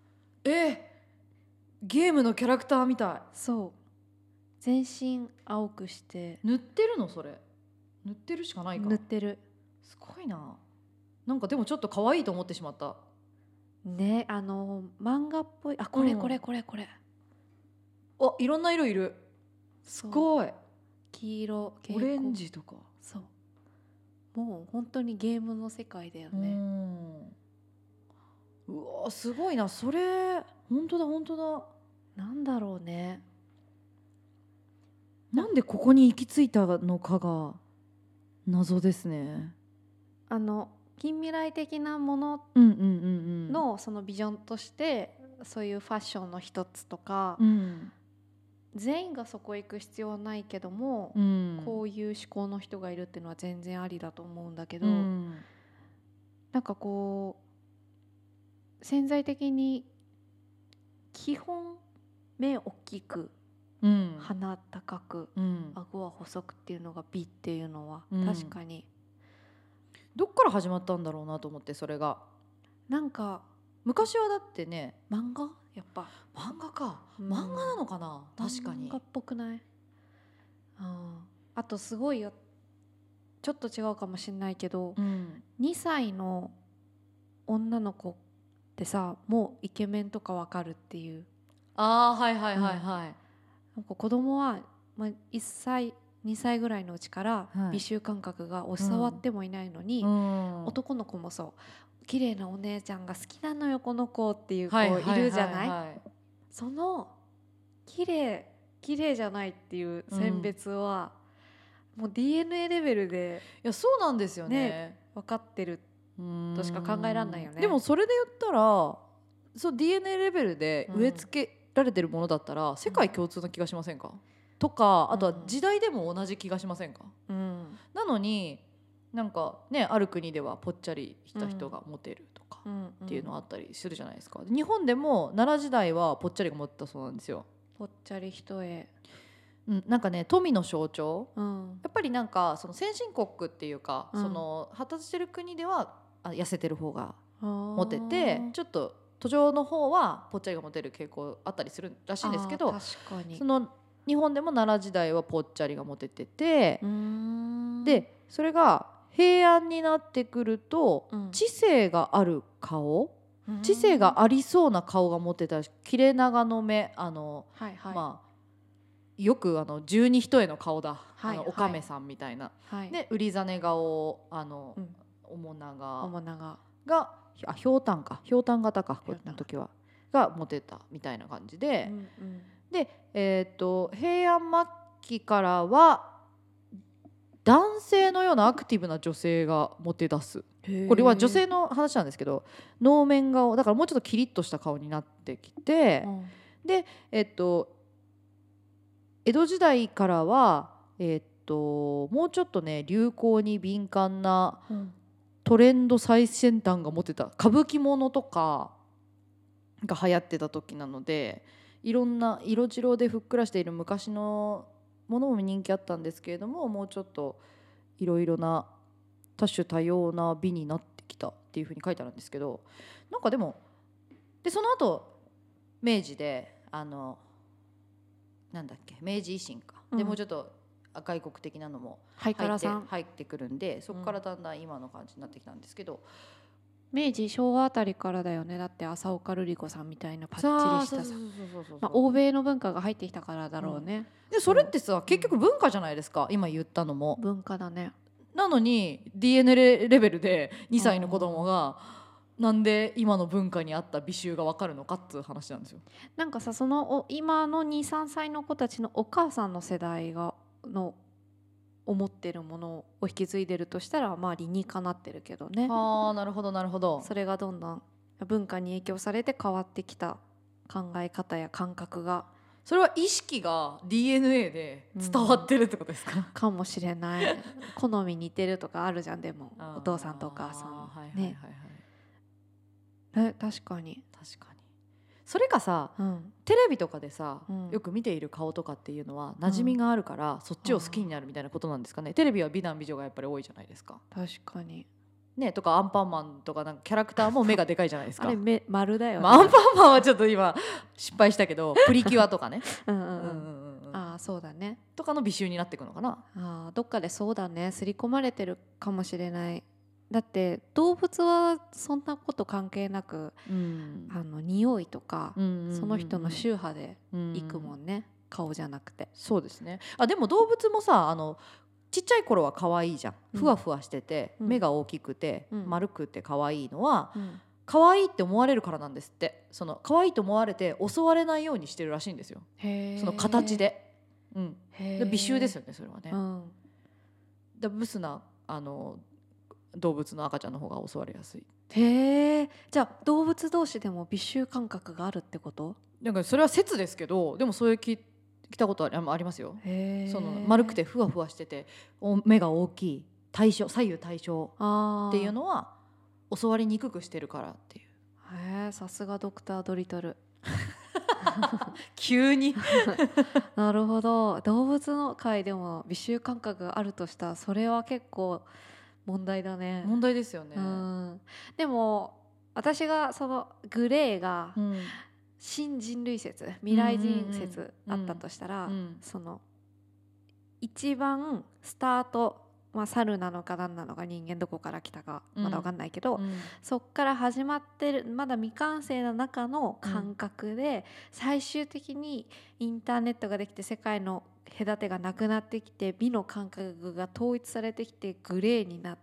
ゲームのキャラクターみたい。 そう、全身青くして塗ってるの？それ塗ってるしかないか。 塗ってる。 すごいな。なんかでもちょっと可愛いと思ってしまったね。漫画っぽい。これ、 いろんな色いる。すごい。 黄色、 オレンジとか。 そう、もう本当にゲームの世界だよね。 うわすごいなそれ。本当だ本当だ。 なんだろうね。 なんでここに行き着いたのかが謎ですね。 近未来的なもののそのビジョンとしてそういうファッションの一つとか、全員がそこへ行く必要はないけども、こういう思考の人がいるっていうのは全然ありだと思うんだけど、なんかこう潜在的に基本目大きく、鼻高く、顎は細くっていうのが美っていうのは確かに、 どっから始まったんだろうなと思って。それがなんか昔はだってね、 漫画やっぱ漫画か、漫画なのかな。確かに漫画っぽくない？あとすごいよ、ちょっと違うかもしれないけど、2歳の女の子ってさもうイケメンとかわかるっていう。 はいはいはいはい。 なんか子供は、1歳2歳ぐらいのうちから美醜感覚が教わってもいないのに、男の子もそう綺麗なお姉ちゃんが好きなのよこの子っていう子いるじゃない。その綺麗じゃないっていう選別は、もう DNA レベルで、 いやそうなんですよね、 分かってるとしか考えられないよね。 でもそれで言ったらそう DNA レベルで植え付けられてるものだったら世界共通の気がしませんか、とか、あとは時代でも同じ気がしませんか、なのになんかね、ある国ではぽっちゃりした人がモテるとかっていうのあったりするじゃないですか。日本でも奈良時代はぽっちゃりがモテたそうなんですよ。 ぽっちゃり一重、 なんかね富の象徴、やっぱりなんかその先進国っていうか、その発達してる国では痩せてる方がモテて、ちょっと途上の方はぽっちゃりがモテる傾向あったりするらしいんですけど、 確かにその日本でも奈良時代はぽっちゃりがモテてて、でそれが平安になってくると、知性がある顔、知性がありそうな顔がモテたし、切れ長の目、まあよく十二一重の顔だ、おかめさんみたいな、で売りざね顔、面長がひょうたん型かこの時はがモテたみたいな感じで、で平安末期からは男性のようなアクティブな女性がモテ出す。これは女性の話なんですけど、能面顔だからもうちょっとキリッとした顔になってきて、で江戸時代からはもうちょっとね流行に敏感な、トレンド最先端がモテた歌舞伎ものとかが流行ってた時なので、いろんな色白でふっくらしている昔のものも人気あったんですけれども、もうちょっといろいろな多種多様な美になってきたっていうふうに書いてあるんですけど、なんかでもでその後明治でなんだっけ、明治維新か、でもうちょっと外国的なのも入ってくるんで、そこからだんだん今の感じになってきたんですけど、 明治昭和あたりからだよね。だって浅岡瑠璃子さんみたいなパッチリしたさ、欧米の文化が入ってきたからだろうね。 でそれってさ結局文化じゃないですか、今言ったのも文化だね。 なのに DNA レベルで2歳の子供がなんで今の文化に合った美醜が分かるのかっていう話なんですよ。 なんかさ、その今の 2,3 歳の子たちのお母さんの世代がの思ってるものを引き継いでるとしたら、まあ理にかなってるけどね。 なるほどなるほど。 それがどんどん文化に影響されて変わってきた考え方や感覚が、 それは意識が DNA で伝わってるってことですか？ かもしれない。好み似てるとかあるじゃん。でもお父さんとお母さんね。確かにそれかさ、テレビとかでさ、よく見ている顔とかっていうのは馴染みがあるから、そっちを好きになるみたいなことなんですかね。テレビは美男美女がやっぱり多いじゃないですか。 確かにね、とかアンパンマンとかなんかキャラクターも目がでかいじゃないですか。 あれ目丸だよね。 アンパンマンはちょっと今失敗したけどプリキュアとかねそうだねとかの美醜になっていくのかな。 どっかでそうだね、刷り込まれてるかもしれない。だって動物はそんなこと関係なく、匂いとか、その人の宗派でいくもんね、顔じゃなくて。 そうですね。でも動物もさちっちゃい頃は可愛いじゃん。ふわふわしてて、目が大きくて、丸くて可愛いのは、 可愛いって思われるからなんですって。その可愛いと思われて襲われないようにしてるらしいんですよ。その形で、で美醜ですよねそれはね、でブスな動物の赤ちゃんの方が襲われやすい。 へえ。じゃあ動物同士でも美醜感覚があるってこと？ なんかそれは説ですけど、でもそういう聞いたことありますよ。その丸くてふわふわしてて目が大きい左右対称っていうのは襲われにくくしてるからっていう。 へえ、さすがドクタードリトル急になるほど。動物の界でも美醜感覚があるとしたらそれは結構問題だね。 問題ですよね。 でも私がそのグレーが新人類説、未来人説あったとしたら、その一番スタート、猿なのか何なのか人間どこから来たかまだ分かんないけど、そっから始まってるまだ未完成な中の感覚で、最終的にインターネットができて世界の隔てがなくなってきて美の感覚が統一されてきてグレーになって、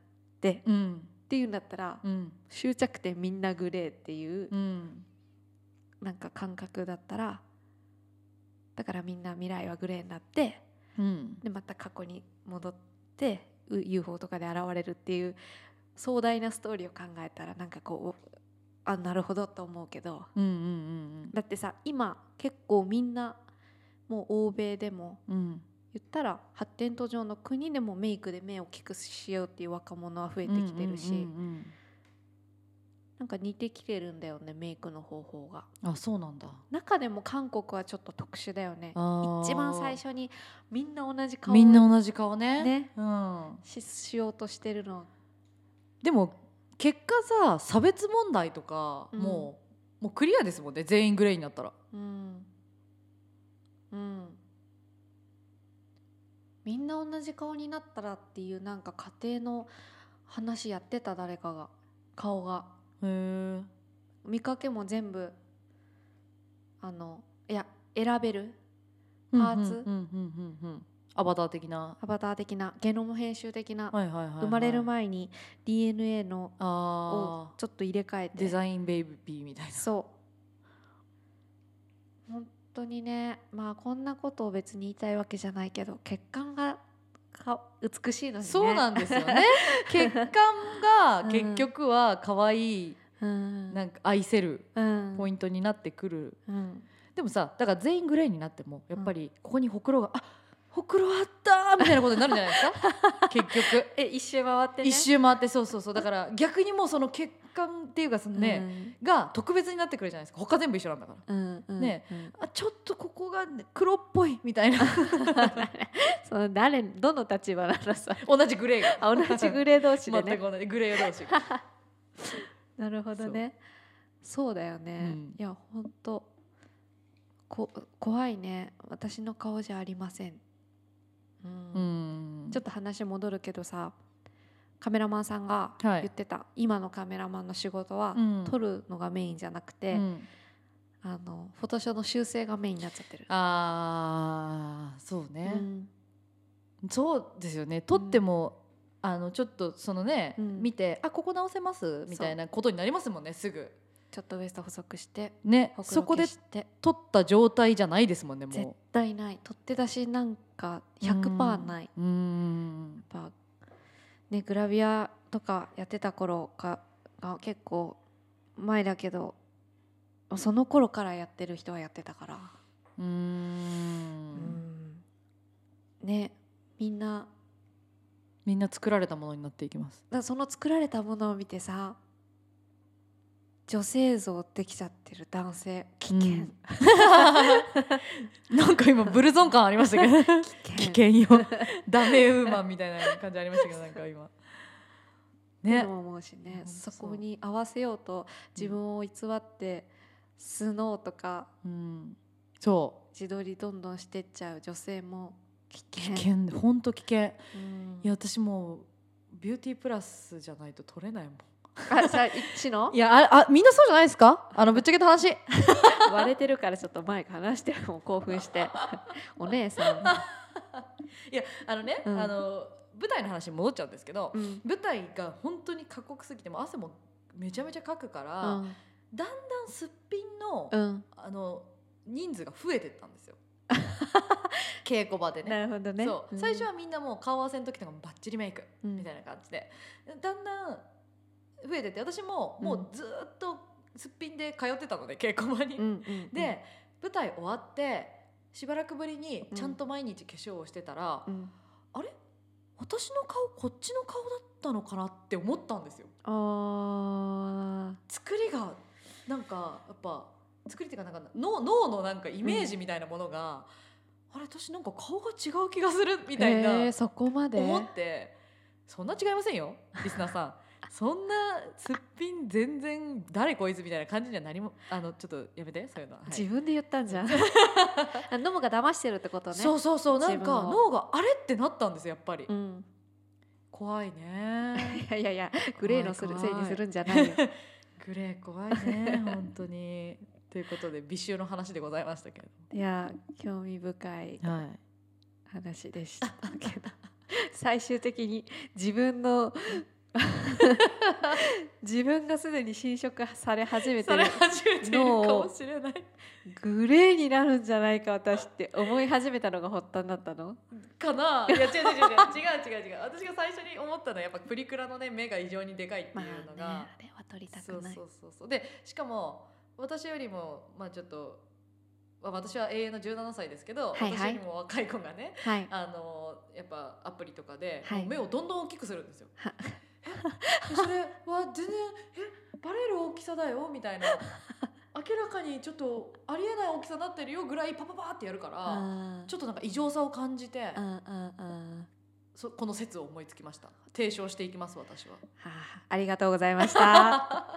っていうんだったら、終着点みんなグレーっていう、なんか感覚だったら、だからみんな未来はグレーになって、でまた過去に戻ってUFO とかで現れるっていう壮大なストーリーを考えたらなんかこうなるほどと思うけど、だってさ今結構みんなもう欧米でも、言ったら発展途上の国でもメイクで目を大きくしようっていう若者は増えてきてるし、なんか似てきてるんだよねメイクの方法が。 あ、そうなんだ。 中でも韓国はちょっと特殊だよね。一番最初にみんな同じ顔ね、 しようとしてるの。 でも結果さ差別問題とか、もうクリアですもんね、全員グレーになったら。 みんな同じ顔になったらっていうなんか家庭の話やってた、誰かが顔が。見かけも全部選べるパーツ、 アバター的なゲノム編集的な、生まれる前に DNA のをちょっと入れ替えてデザインベイビーみたいな。 そう本当にね。こんなことを別に言いたいわけじゃないけど、血管が美しいのにね。 そうなんですよね血管が結局は可愛い、なんか愛せるポイントになってくる、でもさだから全員グレーになってもやっぱりここにほくろがほくろあったみたいなことになるんじゃないですか結局一周回ってね。 一周回って、そうだから逆にもうその血管っていうかそのね、が特別になってくるじゃないですか。他全部一緒なんだから、ね、ちょっとここが、黒っぽいみたいなそのどの立場なのさ。 同じグレーが同じグレー同士でね全く同じグレー同士がなるほどね。そうだよね、いやほんと怖いね。私の顔じゃありません。ちょっと話戻るけどさ、カメラマンさんが言ってた、今のカメラマンの仕事は、撮るのがメインじゃなくて、フォトショーの修正がメインになっちゃってる。 そうね、そうですよね。撮っても、ちょっとそのね、見てここ直せますみたいなことになりますもんね。すぐちょっとウエスト細くしてね、そこで撮った状態じゃないですもんね。もう絶対ない。取って出しなんか 100% ない。やっぱね、グラビアとかやってた頃が結構前だけど、その頃からやってる人はやってたから、ね、みんな作られたものになっていきます。 だからその作られたものを見てさ、女性像できちゃってる男性危険、 なんか今ブルゾン感ありましたけど危険よダメウーマンみたいな感じありましたけど、なんか今ね思うしね、そこに合わせようと自分を偽ってスノーとか、 そう自撮りどんどんしてっちゃう女性も危険。 本当危険、いや私もうビューティープラスじゃないと撮れないもん。いやみんなそうじゃないですか。ぶっちゃけた話割れてるからちょっと前から話してるもん、興奮してお姉さんいやね、舞台の話に戻っちゃうんですけど、舞台が本当に過酷すぎても汗もめちゃめちゃ書くから、だんだんすっぴんの、人数が増えてったんですよ稽古場でね。 なるほどね。 そう、最初はみんなもう顔合わせの時とかもバッチリメイクみたいな感じで、だんだん増えてって、私ももうずっとすっぴんで通ってたので稽古場に、で舞台終わってしばらくぶりにちゃんと毎日化粧をしてたら、あれ私の顔こっちの顔だったのかなって思ったんですよ。作りがなんかやっぱ作りっていうか、なんか脳のなんかイメージみたいなものが、あれ私なんか顔が違う気がするみたいな、 そこまで思って、そんな違いませんよリスナーさんそんなすっぴん全然誰こいつみたいな感じには何もちょっとやめてそういうのは、 自分で言ったんじゃん脳が騙してるってことね。 そうなんか脳があれってなったんですよやっぱり、怖いねいやグレーのせいにするんじゃないよグレー怖いね本当にということで美醜の話でございましたけど、 いや興味深い話でしたけど、最終的に自分がすでに侵食され始めてるのかもしれない、 グレーになるんじゃないか私って思い始めたのが発端だったのかな。いや違う私が最初に思ったのはやっぱプリクラのね目が異常にでかいっていうのが、 あれは撮りたくない。 そうで、しかも私よりもちょっと私は永遠の17歳ですけど、私よりも若い子がね、やっぱアプリとかでもう目をどんどん大きくするんですよ、それは全然バレる大きさだよみたいな明らかにちょっとありえない大きさになってるよぐらいパパパってやるから、ちょっとなんか異常さを感じて、この説を思いつきました。提唱していきます私は。 ありがとうございました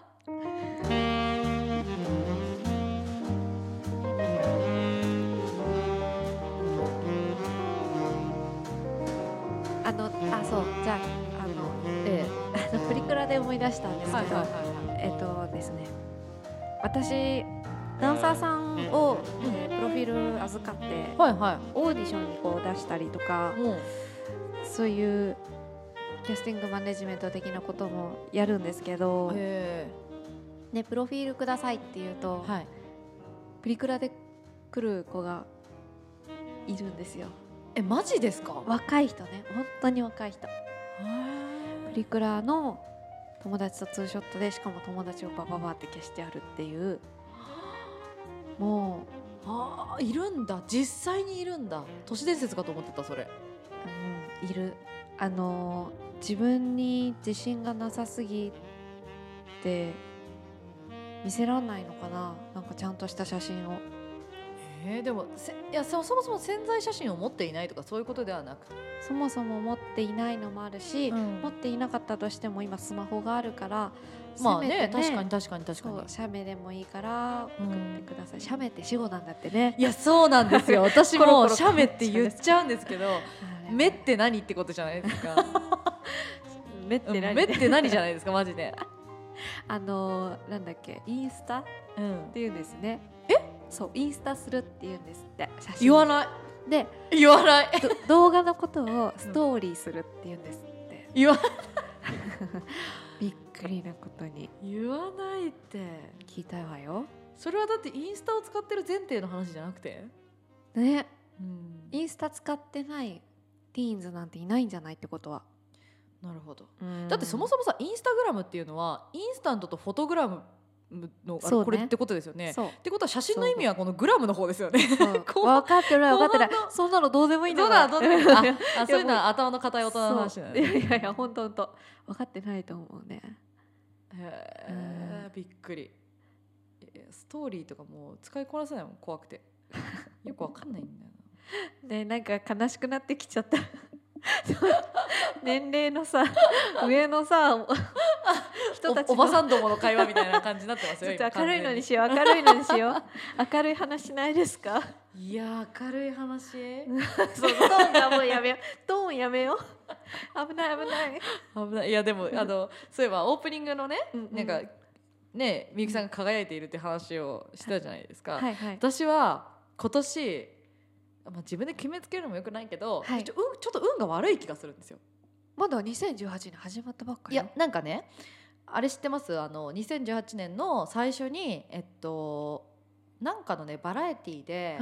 そうじゃあプリクラで思い出したんですけど、ですね、私ダンサーさんを、プロフィール預かって、オーディションにこう出したりとか、そういうキャスティングマネジメント的なこともやるんですけど、プロフィールくださいって言うと、プリクラで来る子がいるんですよ。 マジですか？ 若い人ね、本当に若い人。プリクラの友達とツーショットで、しかも友達をバババって消してあるっていう、もういるんだ、実際にいるんだ。都市伝説かと思ってたそれ。 いる。自分に自信がなさすぎて見せらんないのかな、なんかちゃんとした写真を。 でもそもそも宣材写真を持っていないとかそういうことではなくて、 そもそも持っていないのもあるし、持っていなかったとしても今スマホがあるから、 まあね、確かに写メでもいいから送ってください。写メって死語なんだってね。 いやそうなんですよ私も写メって言っちゃうんですけど目って何ってことじゃないですか目って何じゃないですかマジでなんだっけ、インスタ、っていうんですね。そう、インスタするって言うんですって。写真言わないで、 言わない動画のことをストーリーするって言うんですって、 言わびっくりなことに言わないって聞いたわよ。 それはだってインスタを使ってる前提の話じゃなくてね、インスタ使ってないティーンズなんていないんじゃないってことは。 なるほど。だってそもそもさ、インスタグラムっていうのはインスタントとフォトグラムのこれってことですよね。ってことは写真の意味はこのグラムの方ですよね。 分かってるそんなのどうでもいいんだから。 そういうのは頭の固い大人の話なんで。 いや本当分かってないと思うね。 びっくり。ストーリーとかもう使いこなせないもん、怖くてよく分かんないんだよな。ね、なんか悲しくなってきちゃった年齢のさ上のさ人たちおばさんどもの会話みたいな感じになってますよ。 明るいのにしよう明るい話ないですか？ いや明るい話そうトーンがもうやめよう危ないいやでもそういえばオープニングのね、なんかねみゆきさんが輝いているって話をしてたじゃないですか。私は今年自分で決めつけるのもよくないけど、ちょっと運が悪い気がするんですよ。 まだ2018年始まったばっかり。 いやなんかねあれ知ってます？2018年の最初になんかのねバラエティで、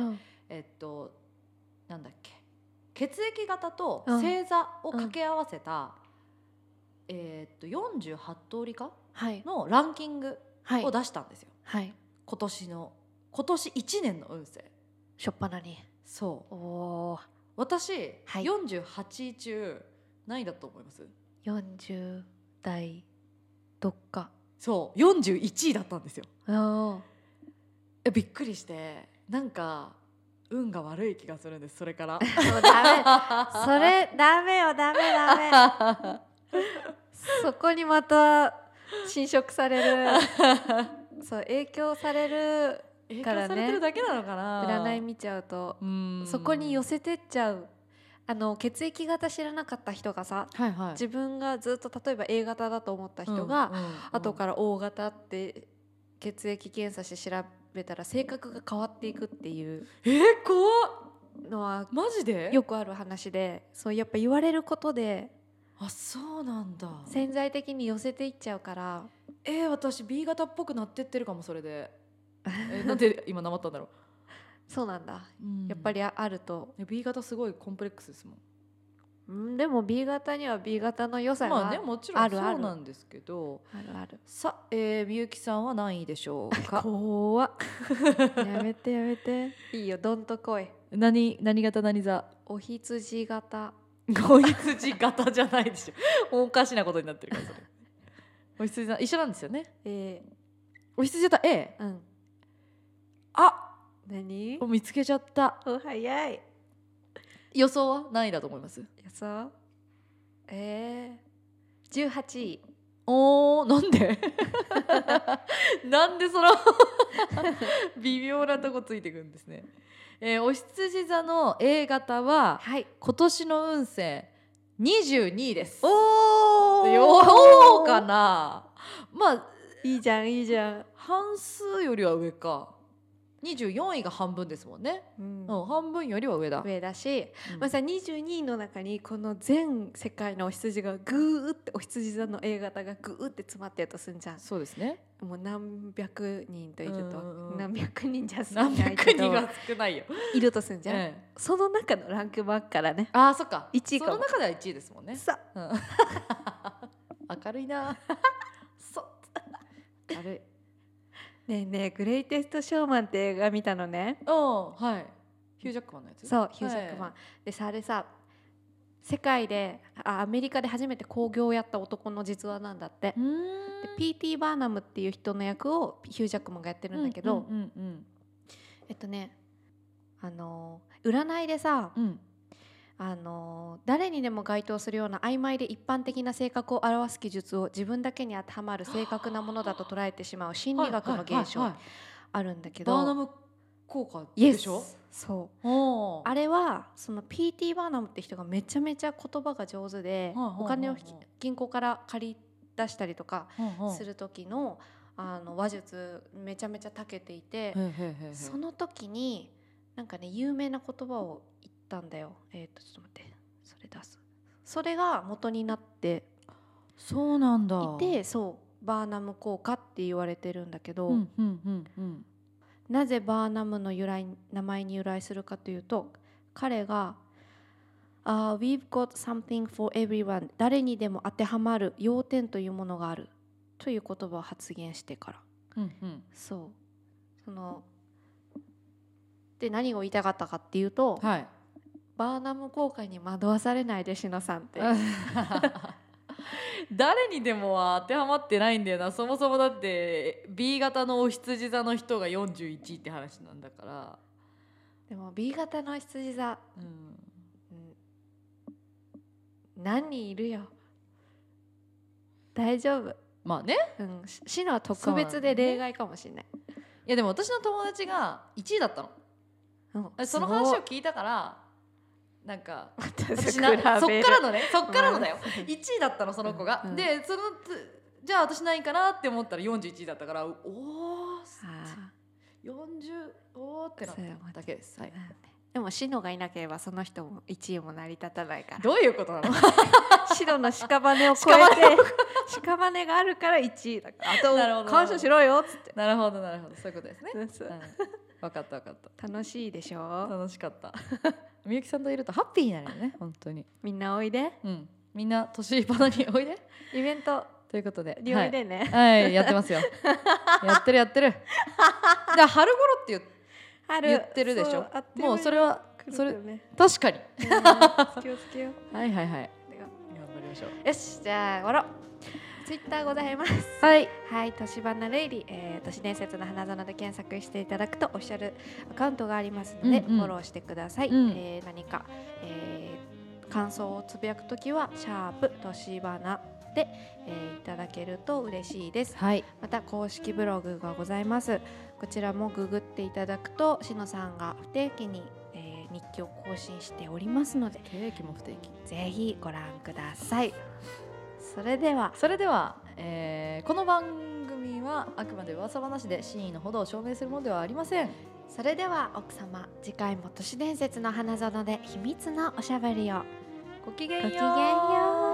なんだっけ、血液型と星座を掛け合わせた、48通りかのランキングを出したんですよ、 はい、 今年1年の運勢。 しょっぱなに。 そうお私、 はい、 48位中何位だと思います？ 40代どっか。 そう41位だったんですよ。 おびっくりして、なんか運が悪い気がするんです。それからダメそれダメよ、ダメそこにまた侵食されるそう影響されるからね。影響されてるだけなのかな、 占い見ちゃうと。そこに寄せてっちゃう。血液型知らなかった人がさ、 はいはい、 自分がずっと例えば A 型だと思った人が、後から O 型って血液検査して調べたら性格が変わっていくっていう怖っのはマジでよくある話で、そうやっぱ言われることで、 あ、そうなんだ、 潜在的に寄せていっちゃうから。 私 B 型っぽくなってってるかも。それでなんで今なまったんだろう。 そうなんだ、やっぱりあると。 B 型すごいコンプレックスですもん。 でも B 型には B 型の良さがある、 もちろんそうなんですけど、 ある。 さあ、みゆきさんは何位でしょうか？ 怖っやめていいよ、どんとこい。 何型何座？ お羊型。 お羊型じゃないでしょおかしなことになってるからそれお羊座一緒なんですよね。お羊座 A、あ、 何？ 見つけちゃった。 お早い。 予想は何位だと思います？ 予想18位。 なんでなんでその微妙なとこついてくるんですね。お羊座の A 型は、今年の運勢22位です。よかな。まあいいじゃん。 半数よりは上か。24位が半分ですもんね、半分よりは上だし、さ22位の中にこの全世界のお羊がグーってお羊座の A 型がグーって詰まってるとすんじゃん。 そうですね。 もう何百人といると、何百人じゃ少ないけど、何百人は少ないよいるとすんじゃん、その中のランクバックからね。 そっか、 1位かも。 その中では1位ですもんね。明るいなそう明るい。 ねえグレイテストショーマンって映画見たのね。 はい。ヒュージャックマンのやつ。 そう、ヒュージャックマン、でさ、あれさ、世界でアメリカで初めて興行をやった男の実話なんだって。で P.T. バーナムっていう人の役をヒュージャックマンがやってるんだけど、占いでさ、誰にでも該当するような曖昧で一般的な性格を表す記述を自分だけに当てはまる正確なものだと捉えてしまう心理学の現象あるんだけど、 バーナム効果でしょ。 そうあれはその P.T. バーナムって人がめちゃめちゃ言葉が上手で、お金を銀行から借り出したりとかする時の話術めちゃめちゃ長けていて、その時になんかね有名な言葉を言ったんだよ。ちょっと待って、それ出す。それが元になってそうなんだいて、そうバーナム効果って言われてるんだけど、なぜバーナムの名前に由来するかというと、彼がWe've got something for everyone 誰にでも当てはまる要点というものがあるという言葉を発言してから、そので何を言いたかったかっていうと、バーナム効果に惑わされないでしのさんって誰にでもは当てはまってないんだよな。そもそもだって B 型のお羊座の人が41位って話なんだから。 でも B 型の羊座、何人いるよ。大丈夫。 まあね、 シノは特別で例外かもしれない。 いやでも私の友達が1位だったの、その話を聞いたからなんか私そっからのだよ1位だったのその子が、でじゃあ私何位かなって思ったら41位だったから、おー40おーってなっただけです。 でもシノがいなければその人も1位も成り立たないから。 どういうことなの？ シノの屍を超えて屍があるから1位だから、あと感謝しろよっつって。 なるほどなるほど、そういうことですね。分かった分かった。 楽しいでしょ。 楽しかった。みゆきさんといるとハッピーになるよね、本当に。 みんなおいで。 みんな年花においで。 イベントということでにおいでね。 はい、やってますよ。やってるやってる。じゃあ春頃って言ってるでしょ。もうそれはそれ確かに。 気をつけよう。 はいはいはい。頑張りましょう。 よし、じゃあ終わろう。ツイッターございます。 はいはい、年花レイリー、都市伝説の花園で検索していただくとオフィシャルアカウントがありますので、フォローしてください。何か、感想をつぶやくときはシャープ年花で、いただけると嬉しいです。 はい、 また公式ブログがございます。こちらもググっていただくとしのさんが不定期に、日記を更新しておりますので、 定期も不定期、 ぜひご覧ください。それでは、 この番組はあくまで噂話で真意のほどを証明するものではありません。 それでは奥様、次回も都市伝説の花園で秘密のおしゃべりを。 ごきげんよう。 ごきげんよう。